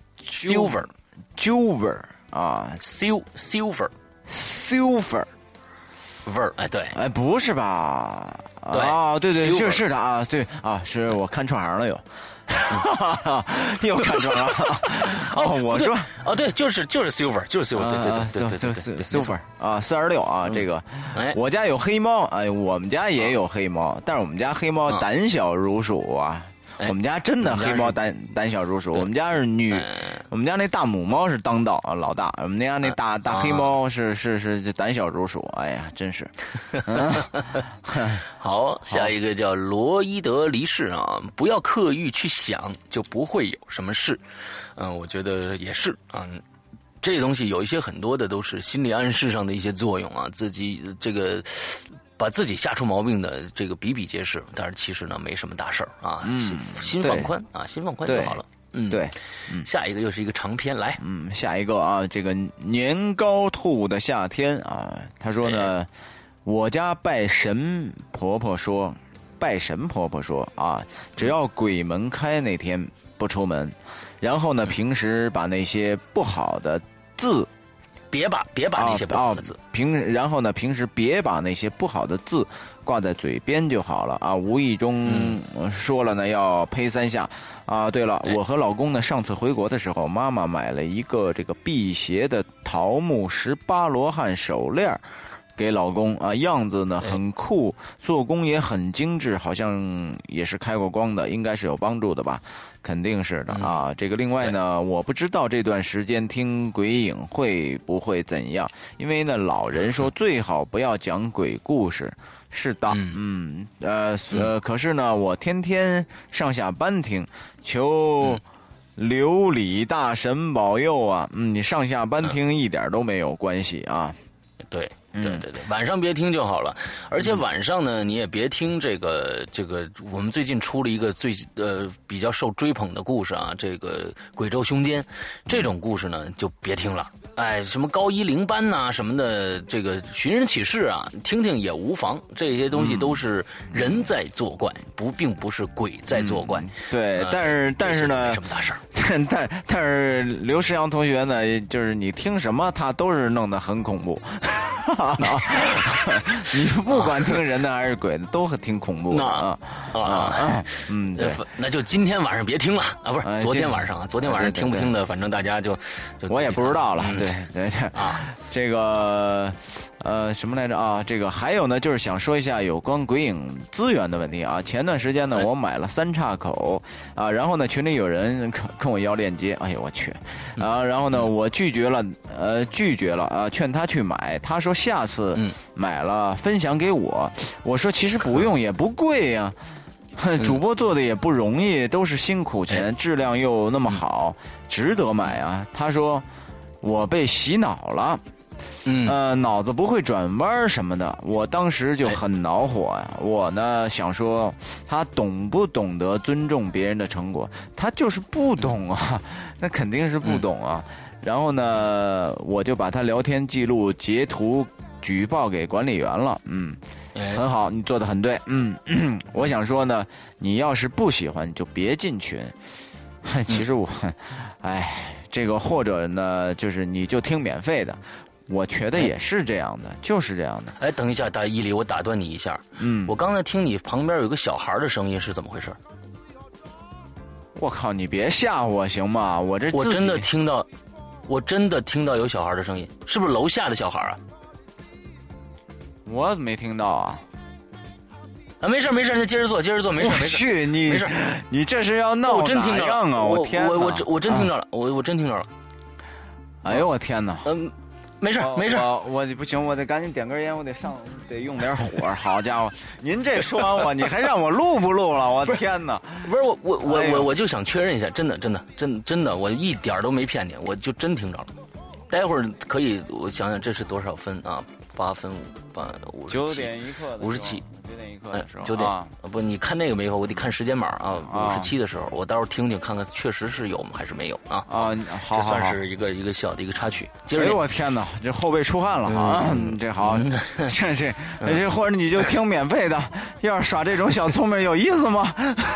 silver 啊 silver 哎，对， 哎，不是吧？ 对啊，对，是的啊，对啊，是我看串行了又看错了。我说对，就是 silver， 就是 silver， 对 silver 啊，426啊，这个我家有黑猫，哎，我们家也有黑猫，但是我们家黑猫胆小如鼠啊。我们家真的黑猫胆小如鼠，我们家是我们家那大母猫是当道啊，老大，我们家那大黑猫是胆小如鼠，哎呀，真是。 好，下一个叫罗伊德离世啊，不要刻意去想，就不会有什么事。我觉得也是啊。这东西有一些很多的都是心理暗示上的一些作用啊，自己这个。把自己吓出毛病的这个比比皆是，但是其实呢没什么大事儿啊，心放宽啊，心放宽就好了。 对， 下一个又是一个长篇，来， 下一个啊，这个年糕兔的夏天啊，他说呢，我家拜神婆婆说啊，只要鬼门开那天不出门，然后呢，平时把那些不好的字。 别把那些不好的字， 然后呢，平时别把那些不好的字挂在嘴边就好了啊。无意中说了呢，要呸3下啊。对了，我和老公呢，上次回国的时候，妈妈买了一个这个辟邪的桃木18罗汉手链给老公啊，样子呢很酷，做工也很精致，好像也是开过光的，应该是有帮助的吧。肯定是的啊，这个另外呢，我不知道这段时间听鬼影会不会怎样，因为呢，老人说最好不要讲鬼故事。是的，可是呢，我天天上下班听，求琉璃大神保佑啊！你上下班听一点都没有关系啊。 对，晚上别听就好了。而且晚上呢，你也别听这个。我们最近出了一个比较受追捧的故事啊，这个鬼咒凶间这种故事呢就别听了什么高一零班呐、什么的，这个寻人启事啊，听听也无妨。这些东西都是人在作怪，并不是鬼在作怪。 对，但是呢， 没什么大事儿。 但是刘诗阳同学呢，就是你听什么，他都是弄得很恐怖。你不管听人的还是鬼的，都挺恐怖的对， 那就今天晚上别听了啊，不是昨天晚上啊，昨天晚上听不听的，反正大家就我也不知道了。对啊， 这个什么来着啊？这个还有呢，就是想说一下有关鬼影资源的问题啊。前段时间呢，我买了三岔口啊，然后呢，群里有人跟我要链接，哎呦我去啊！然后呢，我拒绝了啊，劝他去买，他说下次买了分享给我。我说其实不用，也不贵呀。主播做的也不容易，都是辛苦钱，质量又那么好，值得买啊。他说我被洗脑了。脑子不会转弯什么的，我当时就很恼火呀。我呢想说，他懂不懂得尊重别人的成果？他就是不懂啊，那肯定是不懂啊。然后呢，我就把他聊天记录截图举报给管理员了。很好，你做得很对。我想说呢，你要是不喜欢就别进群。其实我，这个或者呢，就是你就听免费的。我觉得也是这样的，就是这样的。 等一下，大伊犁，我打断你一下。我刚才听你旁边有个小孩的声音，是怎么回事？ 我靠，你别吓我行吗？我真的听到有小孩的声音，是不是楼下的小孩啊？ 我没听到啊。 没事，那接着做，没事。 我去， 没事， 你这是要闹我真听着了啊！我天哪， 我真听着了，我真听着了。 哎呦我天哪！ 没事， 我不行，我得赶紧点根烟，我得得用点火。好家伙，您这说完我，你还让我录不录了？我天哪！ 不是我就想确认一下，真的，我一点都没骗你，我就真听着了。待会儿可以，我想想这是多少分啊？8分57。 9点一刻 57。 9点一刻的时候。 9点不，你看那个没有？我得看时间码啊。57的时候，我待会儿听听看看，确实是有还是没有啊？ 好， 这算是一个小的一个插曲。 哎呦我天哪，这后背出汗了啊！这好，这或者你就听免费的，要是耍这种小聪明有意思吗？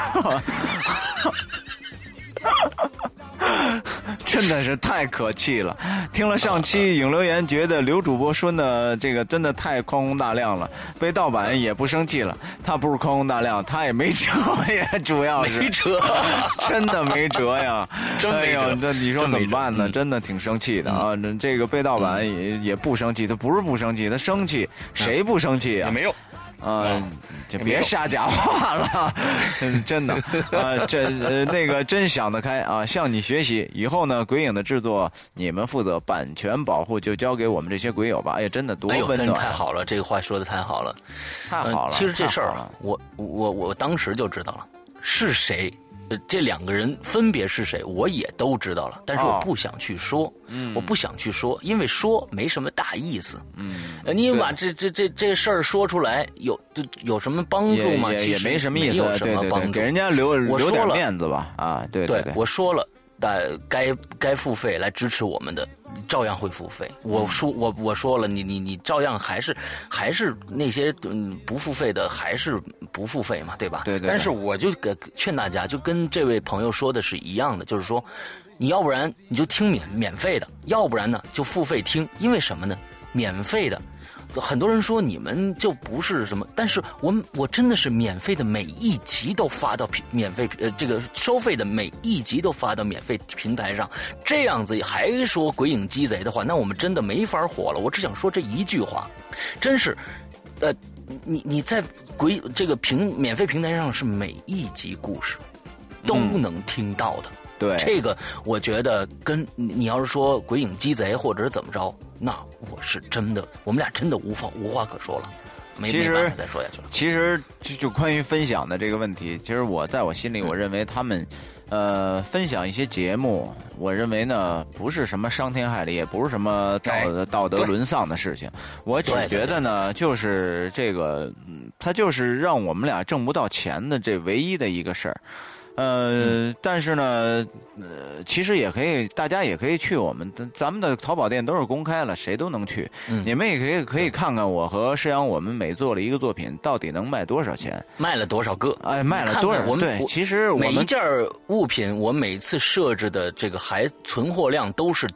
真的是太可气了！听了上期影留言，觉得刘主播说的这个真的太宽宏大量了。被盗版也不生气了，他不是宽宏大量，他也没辙呀，主要是没辙， 真的没辙呀， 真没辙。 这你说怎么办呢？真的挺生气的啊！这个被盗版也不生气，他不是不生气，他生气，谁不生气啊？ 也没有。 就别瞎讲话了，真的那个真想得开啊！向你学习，以后呢，鬼影的制作你们负责，版权保护就交给我们这些鬼友吧。哎呀，真的多温暖！ 真太好了，这个话说的太好了， 太好了。 其实这事儿我当时就知道了是谁。这两个人分别是谁，我也都知道了，但是我不想去说，我不想去说，因为说没什么大意思。你把这事儿说出来，有什么帮助吗？其实也没什么意思， 没有什么帮助， 给人家留点面子吧。啊，对， 我说了，该付费来支持我们的，照样会付费。我说了，你照样还是那些不付费的还是不付费嘛，对吧？ 对。 但是我就劝大家，就跟这位朋友说的是一样的，就是说，你要不然你就听免费的，要不然呢就付费听，因为什么呢？免费的。很多人说你们就不是什么，但是我真的是免费的每一集都发到免费这个收费的每一集都发到免费平台上，这样子还说鬼影鸡贼的话，那我们真的没法活了。我只想说这一句话，真是，你在这个免费平台上是每一集故事都能听到的。 对， 这个我觉得跟你要是说鬼影鸡贼或者是怎么着，那我是真的，我们俩真的无话可说了，没办法再说下去了。 其实就关于分享的这个问题，其实在我心里，我认为他们分享一些节目，我认为呢不是什么伤天害理，也不是什么道德沦丧的事情。我只觉得呢，就是这个，它就是让我们俩挣不到钱的这唯一的一个事儿。 但是呢，其实也可以，大家也可以去咱们的淘宝店都是公开了，谁都能去。你们也可以看看我和施洋我们每做了一个作品到底能卖多少钱， 卖了多少个， 卖了多少。对，其实每一件物品，我每次设置的这个还存货量都是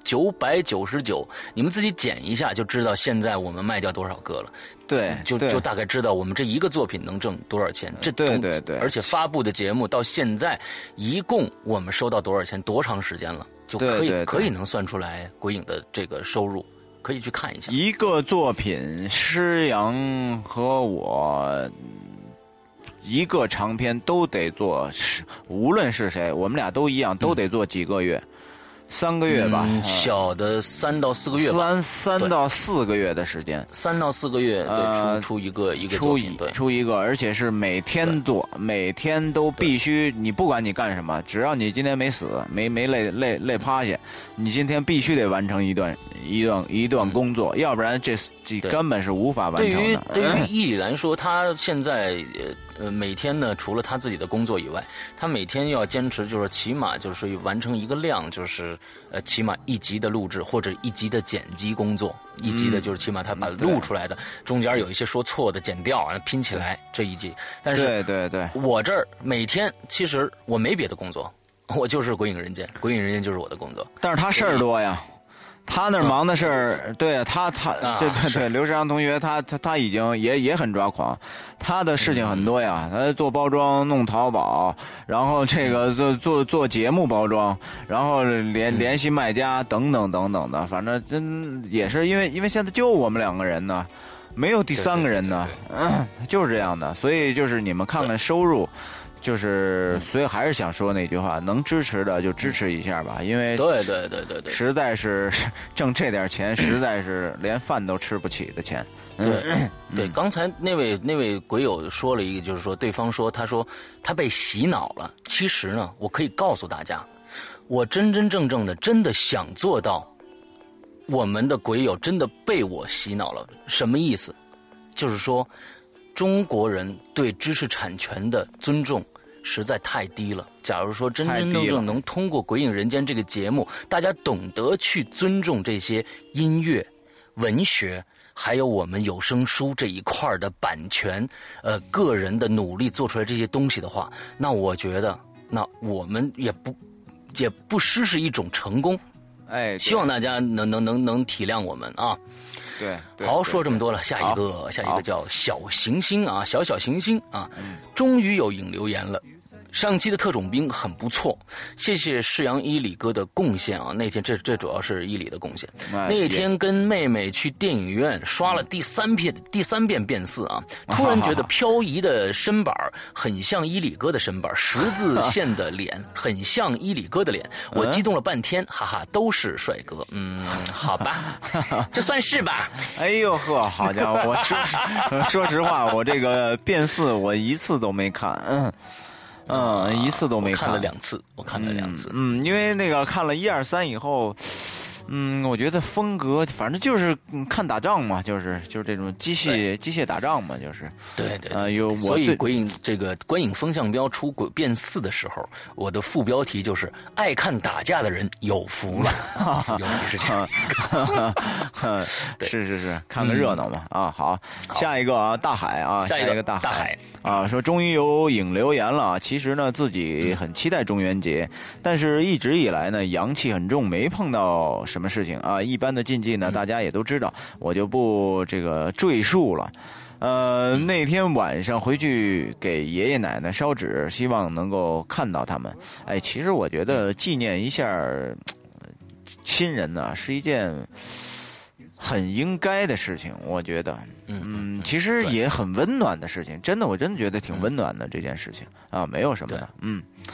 999，你们自己减一下就知道现在我们卖掉多少个了。 对， 就大概知道我们这一个作品能挣多少钱。 对， 而且发布的节目到现在一共我们收到多少钱，多长时间了，就可以能算出来鬼影的这个收入，可以去看一下。 一个作品，施洋和我一个长篇都得做，无论是谁，我们俩都一样，都得做几个月。3个月吧， 小的3到4个月吧 ，3到4个月的时间 ，3到4个月，对，出一个作品，对， 出一个，而且是每天做，每天都必须，你不管你干什么，只要你今天没死，没累趴下，你今天必须得完成一段工作，要不然这根本是无法完成的。 对于易理来说，他现在每天呢，除了他自己的工作以外，他每天要坚持，就是起码就是完成一个量，就是起码1集的录制或者1集的剪辑工作，1集的就是起码他把录出来的中间有一些说错的剪掉，拼起来这1集。但是对， 我这儿每天其实我没别的工作，我就是鬼影人间，鬼影人间就是我的工作。 但是他事儿多呀。他那儿忙的事儿，对他对刘世阳同学，他已经也很抓狂，他的事情很多呀，他做包装、弄淘宝，然后这个做节目包装，然后联系卖家等等的，反正真也是因为现在就我们2个人呢，没有第3个人呢，就是这样的，所以就是你们看看收入。所以还是想说那句话，能支持的就支持一下吧，因为对， 实在是挣这点钱，实在是连饭都吃不起的钱。 对，刚才那位鬼友说了一个，就是说对方说他被洗脑了。其实呢，我可以告诉大家，我真正的真的想做到，我们的鬼友真的被我洗脑了。什么意思？就是说，中国人对知识产权的尊重实在太低了。假如说真正能通过《鬼影人间》这个节目，大家懂得去尊重这些音乐、文学，还有我们有声书这一块的版权，个人的努力做出来这些东西的话，那我觉得，那我们也不失是一种成功。希望大家能体谅我们啊。 对， 好，说这么多了，下一个叫小行星啊，小行星啊，终于有影留言了。上期的特种兵很不错，谢谢世阳伊里哥的贡献啊！那天这主要是伊里的贡献。那天跟妹妹去电影院刷了第三遍变4啊，突然觉得漂移的身板很像伊里哥的身板，十字线的脸很像伊里哥的脸，我激动了半天，哈哈，都是帅哥。好吧，这算是吧。 哎呦呵，好家伙！我说实话，我这个变4我一次都没看，一次都没看。 我看了两次。 因为那个看了1、2、3以后，我觉得风格反正就是看打仗嘛，就是这种机械打仗嘛，就是。 对。所以鬼影这个观影风向标出变4的时候，我的副标题就是爱看打架的人有福了。副标题是这样。 是，看个热闹嘛啊！好，下一个啊，大海啊，下一个大海啊，说终于有影留言了。其实呢，自己很期待中元节，但是一直以来呢，阳气很重，没碰到什么事情啊。一般的禁忌呢，大家也都知道，我就不这个赘述了。那天晚上回去给爷爷奶奶烧纸，希望能够看到他们。其实我觉得纪念一下亲人呢，是一件很应该的事情，我觉得，其实也很温暖的事情，真的，我真的觉得挺温暖的这件事情啊，没有什么的，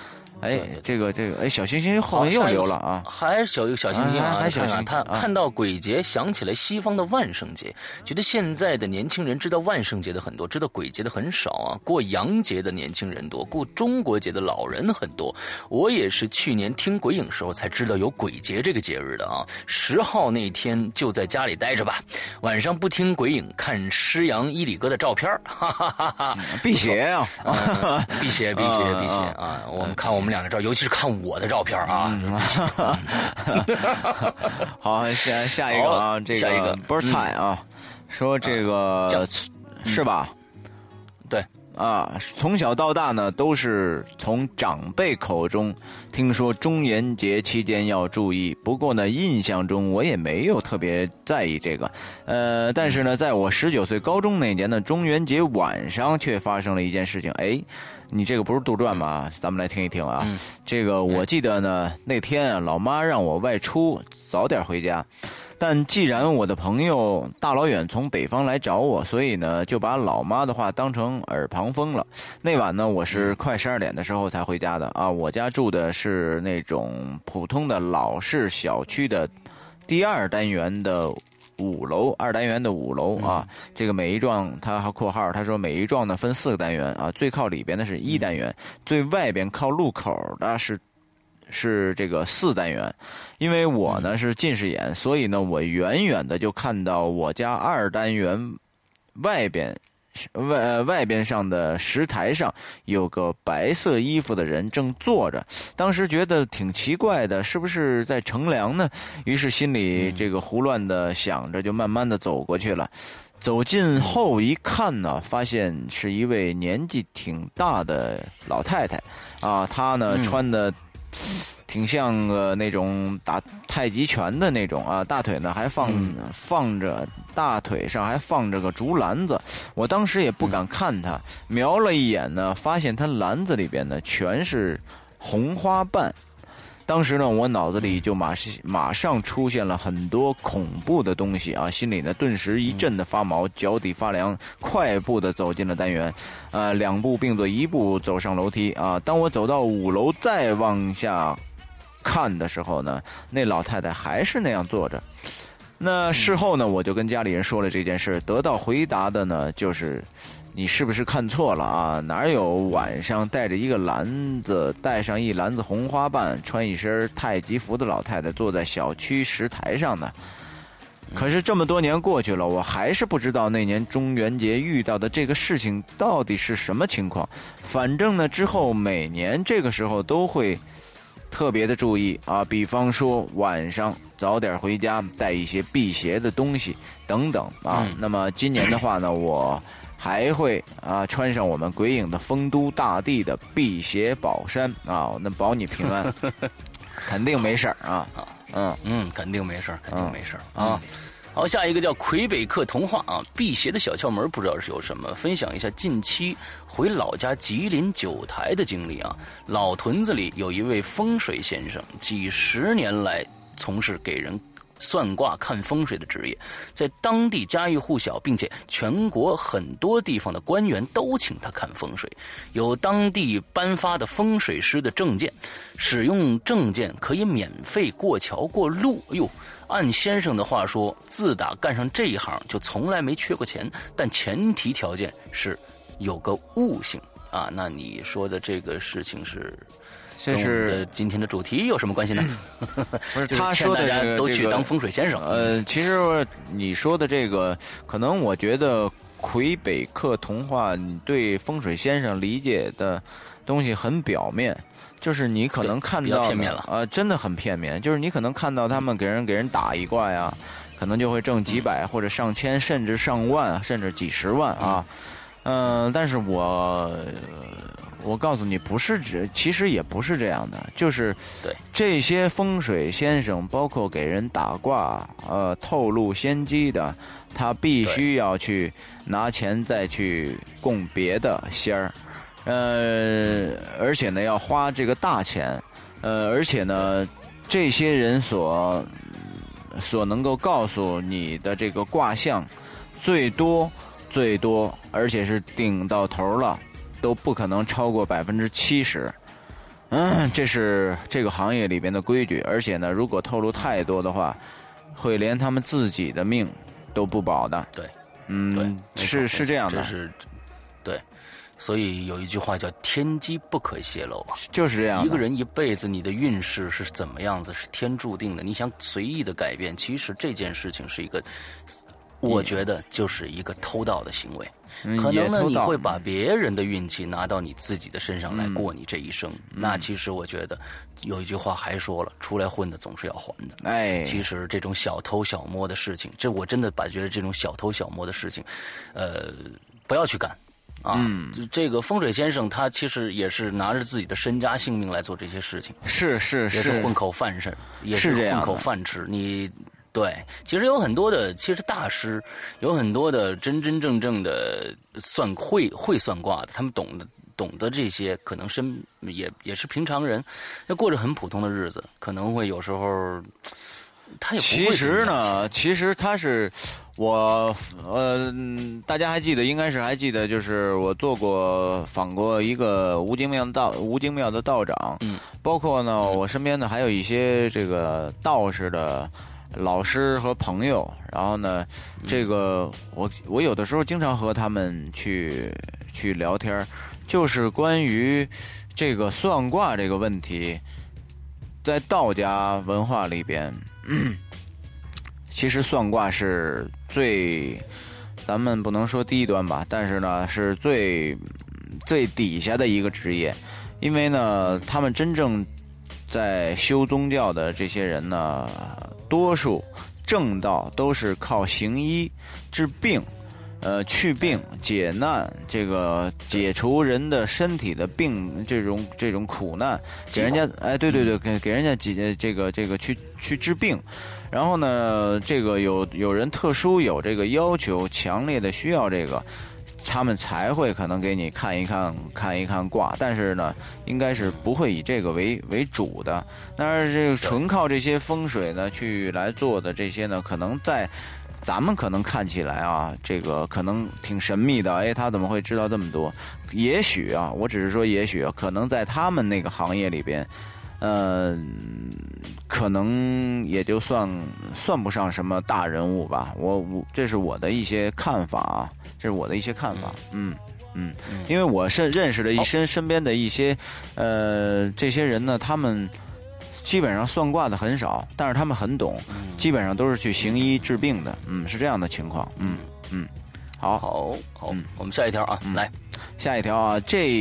哎，这个，哎，小星星后面又留了啊， 还是小星星啊， 还小星星， 他看到鬼节，想起来西方的万圣节，觉得现在的年轻人知道万圣节的很多，知道鬼节的很少啊。过洋节的年轻人多，过中国节的老人很多。我也是去年听鬼影时候才知道有鬼节这个节日的啊。10号那天就在家里待着吧，晚上不听鬼影，看施洋伊里哥的照片，哈哈哈哈， 辟邪啊， 辟邪啊！我们看我们俩的照，尤其是看我的照片啊。 好，下一个啊，这个不是菜啊，说这个是吧？ 对。 啊，从小到大呢，都是从长辈口中听说中元节期间要注意。不过呢，印象中我也没有特别在意这个。但是呢，在我19岁高中那年的中元节晚上，却发生了一件事情。哎，你这个不是杜撰吗？咱们来听一听啊。这个我记得呢，那天啊，老妈让我外出，早点回家。但既然我的朋友大老远从北方来找我，所以呢就把老妈的话当成耳旁风了。那晚呢，我是快12点的时候才回家的啊。我家住的是那种普通的老式小区的第2单元的5楼，2单元的5楼啊。这个每一幢，他还括号，他说每一幢呢分4个单元啊。最靠里边的是1单元，最外边靠路口的是这个4单元。因为我呢是近视眼，所以呢我远远的就看到我家2单元外边上的石台上有个白色衣服的人正坐着。当时觉得挺奇怪的，是不是在乘凉呢？于是心里这个胡乱的想着，就慢慢的走过去了。走近后一看呢，发现是一位年纪挺大的老太太啊。她呢穿的挺像那种打太极拳的那种啊，大腿呢还放着，大腿上还放着个竹篮子。我当时也不敢看他，瞄了一眼呢，发现他篮子里边呢全是红花瓣。当时呢，我脑子里就马上出现了很多恐怖的东西啊，心里呢顿时一阵的发毛，脚底发凉，快步的走进了单元，2步并作1步走上楼梯啊。当我走到5楼再往下看的时候呢，那老太太还是那样坐着。那事后呢，我就跟家里人说了这件事，得到回答的呢就是你是不是看错了啊？哪有晚上带着一个篮子，带上一篮子红花瓣，穿一身太极服的老太太坐在小区石台上呢？可是这么多年过去了，我还是不知道那年中元节遇到的这个事情到底是什么情况。反正呢，之后每年这个时候都会特别的注意啊，比方说晚上早点回家，带一些辟邪的东西等等啊。那么今年的话呢，我还会穿上我们鬼影的丰都大帝的辟邪宝衫啊，那保你平安，肯定没事儿啊。 肯定没事儿，肯定没事儿啊。好，下一个叫魁北克童话啊，辟邪的小窍门不知道是有什么，分享一下近期回老家吉林九台的经历啊。老屯子里有一位风水先生，几10年来从事给人算卦看风水的职业，在当地家喻户晓，并且全国很多地方的官员都请他看风水，有当地颁发的风水师的证件，使用证件可以免费过桥过路。哎呦，按先生的话说，自打干上这一行就从来没缺过钱，但前提条件是有个悟性啊。那你说的这个事情是？这是今天的主题有什么关系呢？ 不是他说的大家都去当风水先生。 其实你说的这个，可能我觉得魁北克童话你对风水先生理解的东西很表面，就是你可能看到片面了真的很片面。就是你可能看到他们给人打一卦呀，可能就会挣几百或者上千，甚至上万，甚至几10万啊。但是我告诉你，其实也不是这样的，就是对这些风水先生，包括给人打卦、透露先机的，他必须要去拿钱再去供别的仙儿，而且呢要花这个大钱，而且呢这些人所能够告诉你的这个卦象，最多，而且是顶到头了，都不可能超过70%。 这是这个行业里边的规矩，而且呢，如果透露太多的话，会连他们自己的命都不保的。 对， 是这样的， 对。所以有一句话叫“天机不可泄露”， 就是这样。 一个人一辈子，你的运势是怎么样子，是天注定的。你想随意的改变，其实这件事情是一个，我觉得就是一个偷盗的行为。可能呢，你会把别人的运气拿到你自己的身上来过你这一生。那其实我觉得有一句话还说了，出来混的总是要还的。其实这种小偷小摸的事情，我真的觉得这种小偷小摸的事情，不要去干。这个风水先生他其实也是拿着自己的身家性命来做这些事情， 是也是混口饭吃，也是混口饭吃。对，其实有很多的，其实大师有很多的真正的会算卦的，他们懂得这些，可能也是平常人，过着很普通的日子，可能会有时候他也不会。 其实他是大家还记得，应该是还记得，就是我访过一个无精庙的道长，包括呢，我身边呢还有一些这个道士的老师和朋友，然后呢，这个我有的时候经常和他们去聊天，就是关于这个算卦这个问题，在道家文化里边，其实算卦是咱们不能说低端吧，但是呢是最底下的一个职业，因为呢，他们真正在修宗教的这些人呢，多数正道都是靠行医治病，去病解难，这个解除人的身体的病，这种苦难，给人家对，给人家这个去治病。然后呢，这个有人特殊有这个要求，强烈的需要这个，他们才会可能给你看一看卦，但是呢，应该是不会以这个为主的。但是这个纯靠这些风水呢去来做的这些呢，可能在咱们可能看起来啊，这个可能挺神秘的，他怎么会知道这么多？也许啊，我只是说也许可能在他们那个行业里边，可能也就算不上什么大人物吧。这是我的一些看法啊，因为我是认识了身边的一些这些人呢，他们基本上算卦的很少，但是他们很懂，基本上都是去行医治病的，是这样的情况。好， 我们下一条啊，来。 下一条啊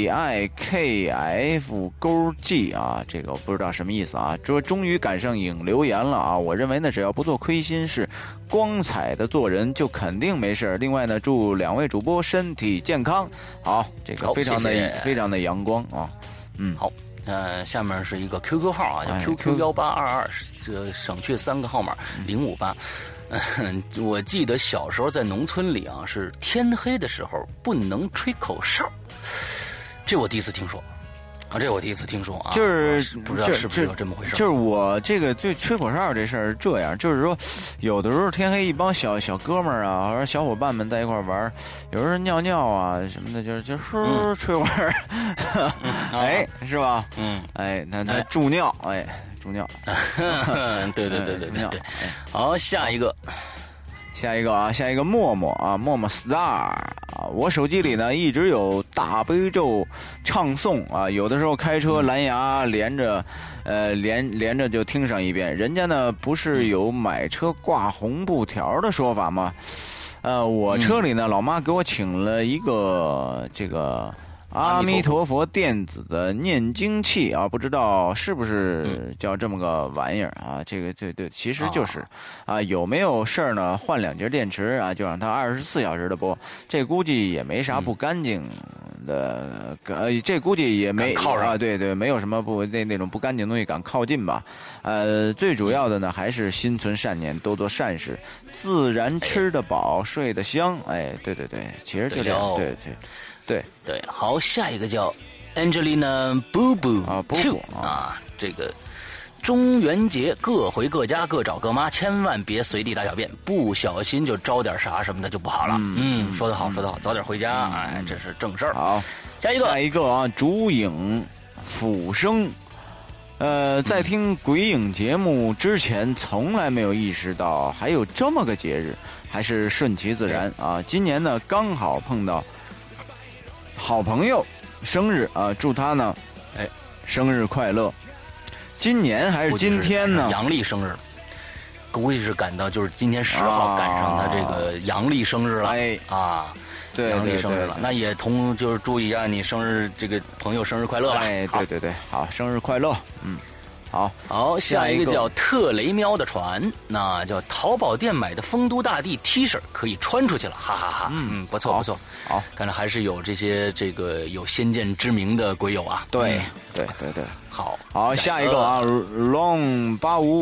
，JIKF_G 啊，这个我不知道什么意思啊。说终于赶上影留言了啊！我认为呢，只要不做亏心事，光彩的做人，就肯定没事。另外呢，祝两位主播身体健康。好，这个非常的阳光啊。 好，下面是一个 QQ 号啊，叫 QQ1822，省去3个号码058。我记得小时候在农村里啊，是天黑的时候不能吹口哨，这我第一次听说啊，就是不知道是不是有这么回事。 就是我这个对吹口哨这事儿这样，就是说有的时候天黑，一帮小哥们儿啊，或者小伙伴们在一块玩，有时候尿尿啊什么的，就是吹会儿，是吧？那助尿，助尿， 对，好，下一个默默 star 啊，我手机里呢一直有大悲咒唱诵啊，有的时候开车蓝牙连着就听上一遍。人家呢不是有买车挂红布条的说法吗？我车里呢老妈给我请了一个这个阿弥陀佛电子的念经器啊，不知道是不是叫这么个玩意儿啊？这个对，其实就是有没有事儿呢？换2节电池啊，就让它24小时的播。这估计也没啥不干净的，这估计也没靠上对，没有什么那种不干净的东西敢靠近吧？最主要的呢，还是心存善念，多做善事，自然吃得饱，睡得香。对，其实就这样，对， 好，下一个叫 Angelina Boo Boo Two 啊，这个中元节各回各家各找各妈，千万别随地大小便，不小心就招点啥什么的就不好了。说得好，早点回家，这是正事儿。 好， 下一个啊，竹影抚生。在听鬼影节目之前，从来没有意识到还有这么个节日，还是顺其自然啊。今年呢，刚好碰到好朋友生日啊，祝他呢，生日快乐。今年还是今天呢？ 阳历生日，估计是赶到就是今天10号赶上他这个阳历生日了啊。 对， 阳历生日了，那也就是祝一下你生日这个朋友生日快乐吧。 对，好，生日快乐。好， 下一个叫特雷喵的船，那叫淘宝店买的丰都大帝 T 恤可以穿出去了，哈哈哈。不错。 好， 看来还是有这些这个有先见之明的鬼友啊。 对。好，下一个啊 ，long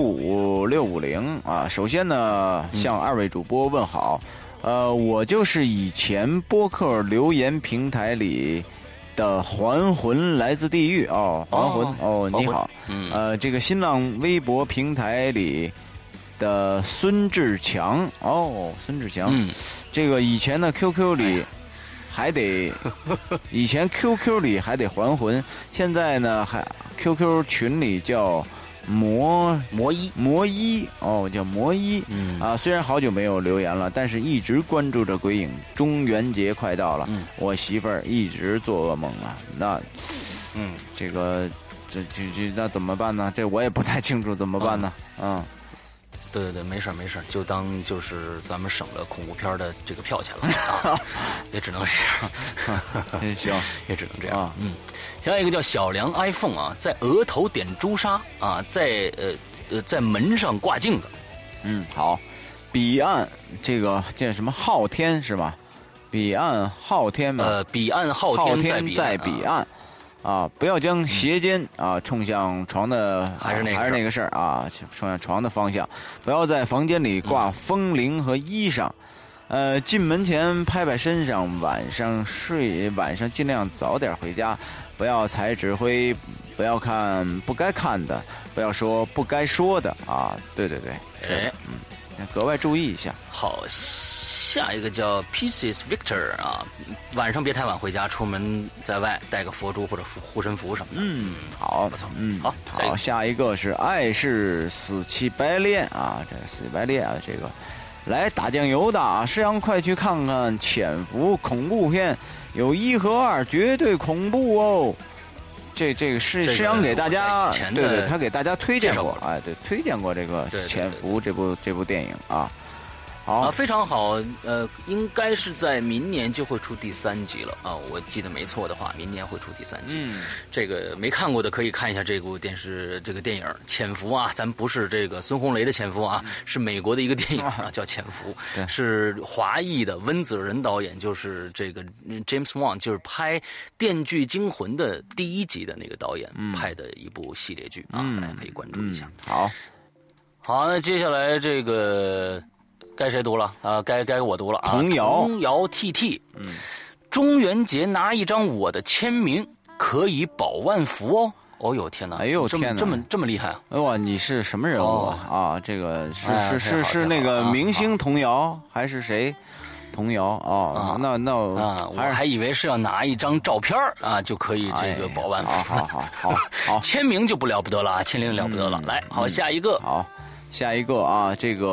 855650啊，首先呢，向2位主播问好。我就是以前播客留言平台里的还魂来自地狱哦，还魂你好，这个新浪微博平台里的孙志强孙志强，这个以前的 QQ 里还得，以前 QQ 里还得还魂，现在呢还 QQ 群里叫魔一叫魔一虽然好久没有留言了，但是一直关注着鬼影。中元节快到了，我媳妇儿一直做噩梦啊。那这个那怎么办呢？这我也不太清楚怎么办呢？ 对，没事，就当就是咱们省了恐怖片的这个票钱了啊，也只能这样。行， 也只能这样。下一个叫小梁 iPhone 啊，在额头点朱砂啊，在门上挂镜子。 好，彼岸这个叫什么昊天是吧？彼岸昊天嘛。 彼岸昊天在彼岸。 不要将鞋尖冲向床的，还是那个事儿啊，冲向床的方向。不要在房间里挂风铃和衣裳。进门前拍身上，晚上尽量早点回家，不要踩指挥，不要看不该看的，不要说不该说的啊。对，格外注意一下。 好，下一个叫 Pieces Victor 啊，晚上别太晚回家，出门在外带个佛珠或者护身符什么的。 好， 不错。 好，下一个是爱是死气白练啊，这死气白练啊，这个来打酱油的啊，石阳快去看看《潜伏》恐怖片，有1和2，绝对恐怖哦。这个是石阳给大家，对，他给大家推荐过，推荐过这个《潜伏》这部电影啊。好， 非常好，应该是在明年就会出第3集了啊，我记得没错的话，明年会出第3集。这个没看过的可以看一下这部电影《潜伏》啊，咱不是这个孙红雷的潜伏啊，是美国的一个电影啊，叫《潜伏》，是华裔的温子仁导演，就是这个 James Wan， 就是拍《电锯惊魂》的第1集的那个导演拍的一部系列剧啊，大家可以关注一下。好，那接下来这个。该谁读了啊？该我读了啊！童谣 TT， 中元节拿一张我的签名可以保万福哦！哦呦天哪！ 哎呦天哪！ 这么厉害啊！ 哇，你是什么人物啊？这个是那个明星童谣还是谁？童谣啊？那我还以为是要拿一张照片啊就可以这个保万福。好，签名就不了不得了啊！签名了不得了。来，好，下一个。 好，下一个啊，这个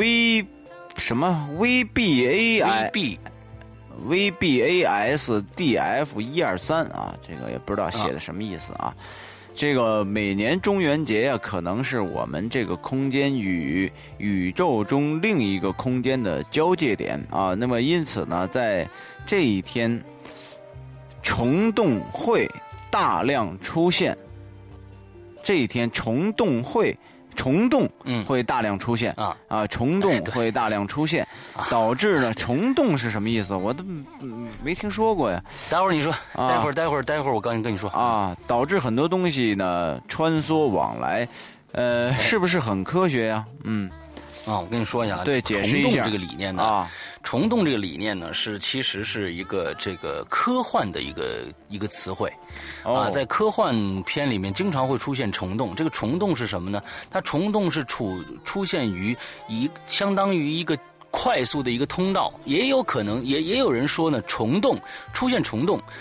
VBASDF123啊，这个也不知道写的什么意思啊。这个每年中元节呀，可能是我们这个空间与宇宙中另一个空间的交界点啊。那么因此呢，在这一天，虫洞会大量出现。这一天虫洞会大量出现虫洞会大量出现，导致呢虫洞是什么意思？我都没听说过呀。 待会儿你说，待会儿我跟你说啊，导致很多东西呢穿梭往来，是不是很科学呀？ 我跟你说一下， 对，解释一下虫洞这个理念呢。虫洞这个理念呢，其实是一个这个科幻的一个词汇在科幻片里面经常会出现虫洞。这个虫洞是什么呢？它虫洞是出现于相当于一个快速的一个通道，也有可能也有人说呢，出现虫洞，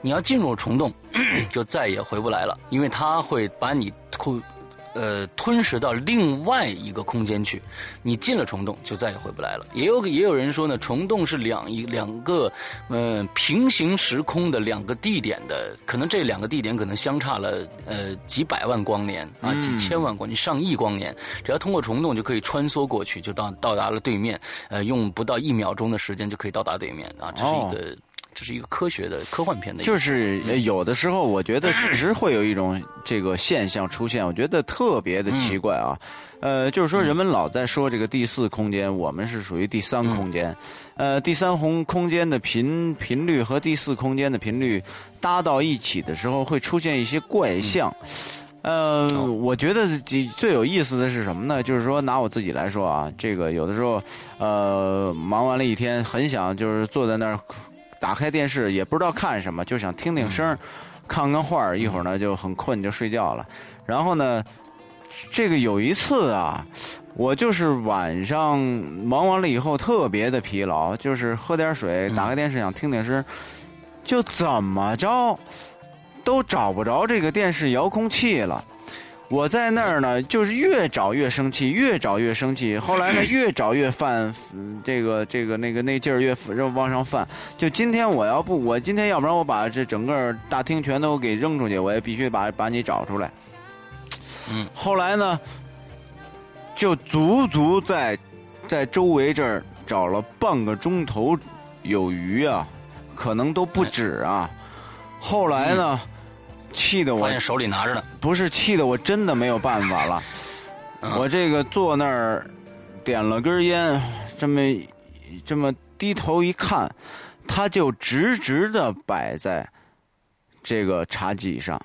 你要进入虫洞，就再也回不来了，因为它会把你吞噬到另外一个空间去。你进了虫洞就再也回不来了。也有人说呢，虫洞是两个平行时空的两个地点的，可能这两个地点可能相差了几百万光年啊，几千万光年，上亿光年，只要通过虫洞就可以穿梭过去，就到达了对面，用不到1秒钟的时间就可以到达对面啊，这是一个科学的科幻片的， 就是有的时候我觉得确实会有一种这个现象出现，我觉得特别的奇怪啊。就是说人们老在说这个第4空间，我们是属于第3空间。第3空间的频率和第4空间的频率搭到一起的时候，会出现一些怪象。我觉得最有意思的是什么呢？就是说拿我自己来说啊，这个有的时候忙完了一天，很想就是坐在那儿。打开电视也不知道看什么，就想听听声，看看画，一会儿呢就很困就睡觉了。然后呢，这个有一次啊，我就是晚上忙完了以后特别的疲劳，就是喝点水，打开电视想听听声，就怎么着都找不着这个电视遥控器了。我在那儿呢，就是越找越生气，越找越生气。后来呢，越找越犯，那劲儿越往上犯。就今天我今天要不然我把这整个大厅全都给扔出去，我也必须把你找出来。后来呢，就足足在周围这儿找了半个钟头有余啊，可能都不止啊。后来呢？气得我发现手里拿着呢， 不是气得我真的没有办法了。我这个坐那儿点了根烟，这么低头一看，它就直直的摆在这个茶几上。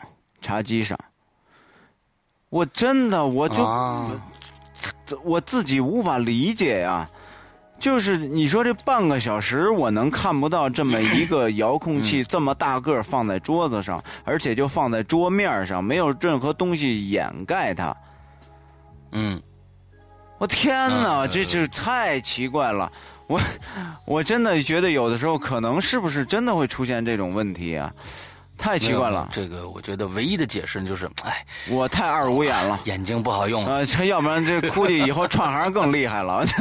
我真的我自己无法理解呀。就是你说这半个小时我能看不到这么一个遥控器这么大个放在桌子上，而且就放在桌面上，没有任何东西掩盖它。我天哪，这太奇怪了。我真的觉得有的时候可能是不是真的会出现这种问题啊？太奇怪了。 这个我觉得唯一的解释就是， 我太二五眼了， 眼睛不好用。 要不然这估计以后串行更厉害了。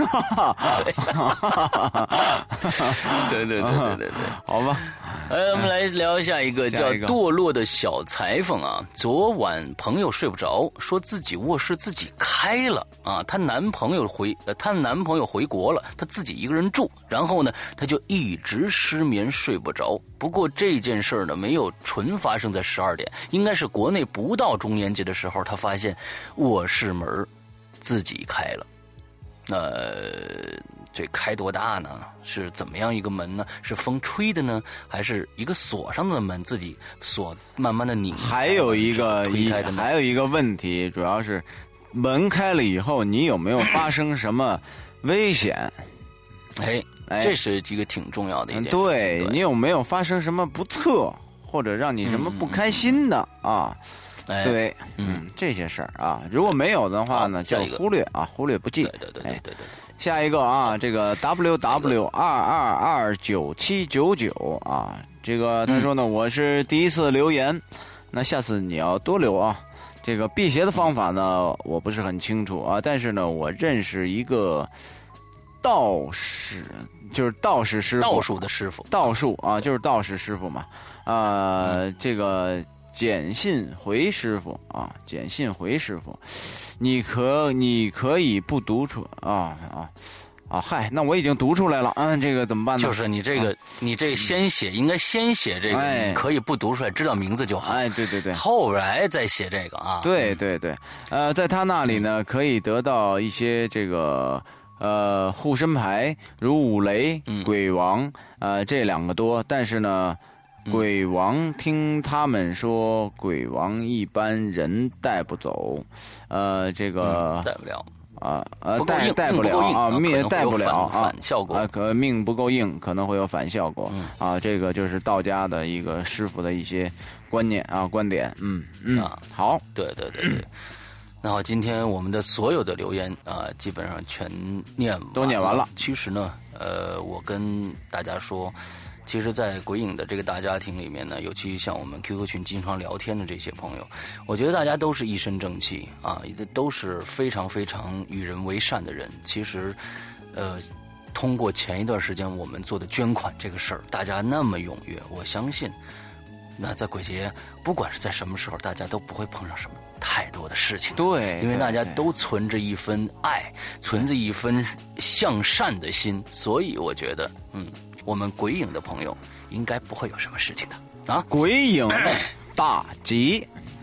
对， 好吧。 我们来聊下一个叫堕落的小裁缝啊。昨晚朋友睡不着，说自己卧室自己开了啊。她男朋友回国了，她自己一个人住，然后呢，她就一直失眠睡不着。不过这件事呢，没有纯发生在12点，应该是国内不到中元节的时候，她发现卧室门自己开了。这开多大呢？是怎么样一个门呢？是风吹的呢，还是一个锁上的门自己锁慢慢的拧？ 还有一个问题，主要是门开了以后，你有没有发生什么危险？ 这是一个挺重要的一件事。 对，你有没有发生什么不测，或者让你什么不开心的啊？对，这些事儿啊，如果没有的话呢，就忽略不计。 对。 下一个啊，这个 WW2229799啊，这个他说呢，我是第一次留言，那下次你要多留啊。这个辟邪的方法呢，我不是很清楚啊，但是呢，我认识一个道士，就是道士师傅， 道术的师傅， 道术啊，就是道士师傅嘛，这个。简信回师傅啊，简信回师傅，你可以不读出嗨，那我已经读出来了啊，这个怎么办呢？ 就是你这个，你这应该先写这个，你可以不读出来，知道名字就好。 对， 后来再写这个啊。 对，在他那里呢，可以得到一些这个护身牌，如五雷、鬼王这2个多，但是呢。鬼王听他们说，鬼王一般人带不走，这个带不了带不了啊，命带不了啊， 反效果命不够硬，可能会有反效果啊。这个就是道家的一个师傅的一些观念啊观点，好， 对。那好，今天我们的所有的留言基本上全都念完了。其实呢，我跟大家说。 其实在鬼影的这个大家庭里面呢，尤其像我们 QQ 群经常聊天的这些朋友，我觉得大家都是一身正气啊，都是非常非常与人为善的人。其实通过前一段时间我们做的捐款这个事儿，大家那么踊跃，我相信那在鬼节不管是在什么时候，大家都不会碰上什么太多的事情。 对， 因为大家都存着一份爱，存着一份向善的心，所以我觉得我们鬼影的朋友应该不会有什么事情的啊。 鬼影大吉，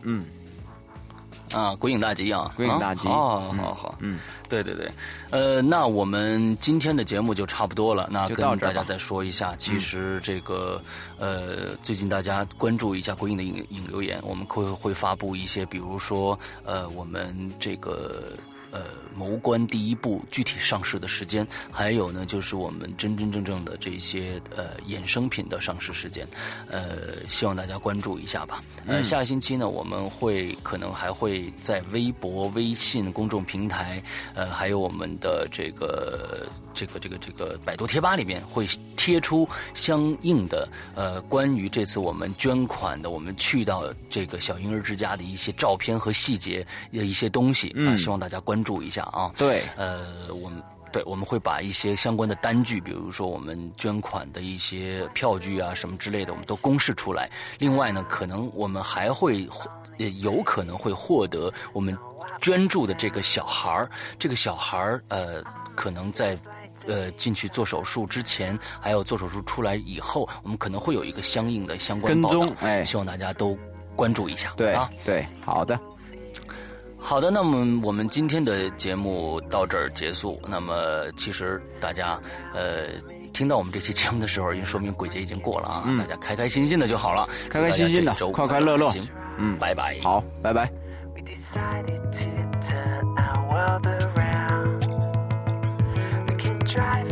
鬼影大吉啊， 鬼影大吉， 好，对对对，那我们今天的节目就差不多了，那跟大家再说一下，其实这个最近大家关注一下鬼影的影留言，我们会发布一些，比如说我们这个谋关第一部具体上市的时间，还有呢就是我们真正的这些衍生品的上市时间，希望大家关注一下吧。下个星期呢，我们可能还会在微博、微信公众平台，还有我们的这个百度贴吧里面会贴出相应的关于这次我们捐款的，我们去到这个小婴儿之家的一些照片和细节的一些东西希望大家关注一下啊。 对， 我们会把一些相关的单据，比如说我们捐款的一些票据啊什么之类的，我们都公示出来。另外呢，可能我们还会有可能会获得我们捐助的这个小孩儿，可能在进去做手术之前，还有做手术出来以后，我们可能会有一个相应的相关报道，希望大家都关注一下。 对啊，对，好的， 那么我们今天的节目到这儿结束。那么其实大家听到我们这期节目的时候，因为说明鬼节已经过了啊，大家开开心心的就好了， 开开心心的，快快乐乐。 拜拜。 好，拜拜。 We can drive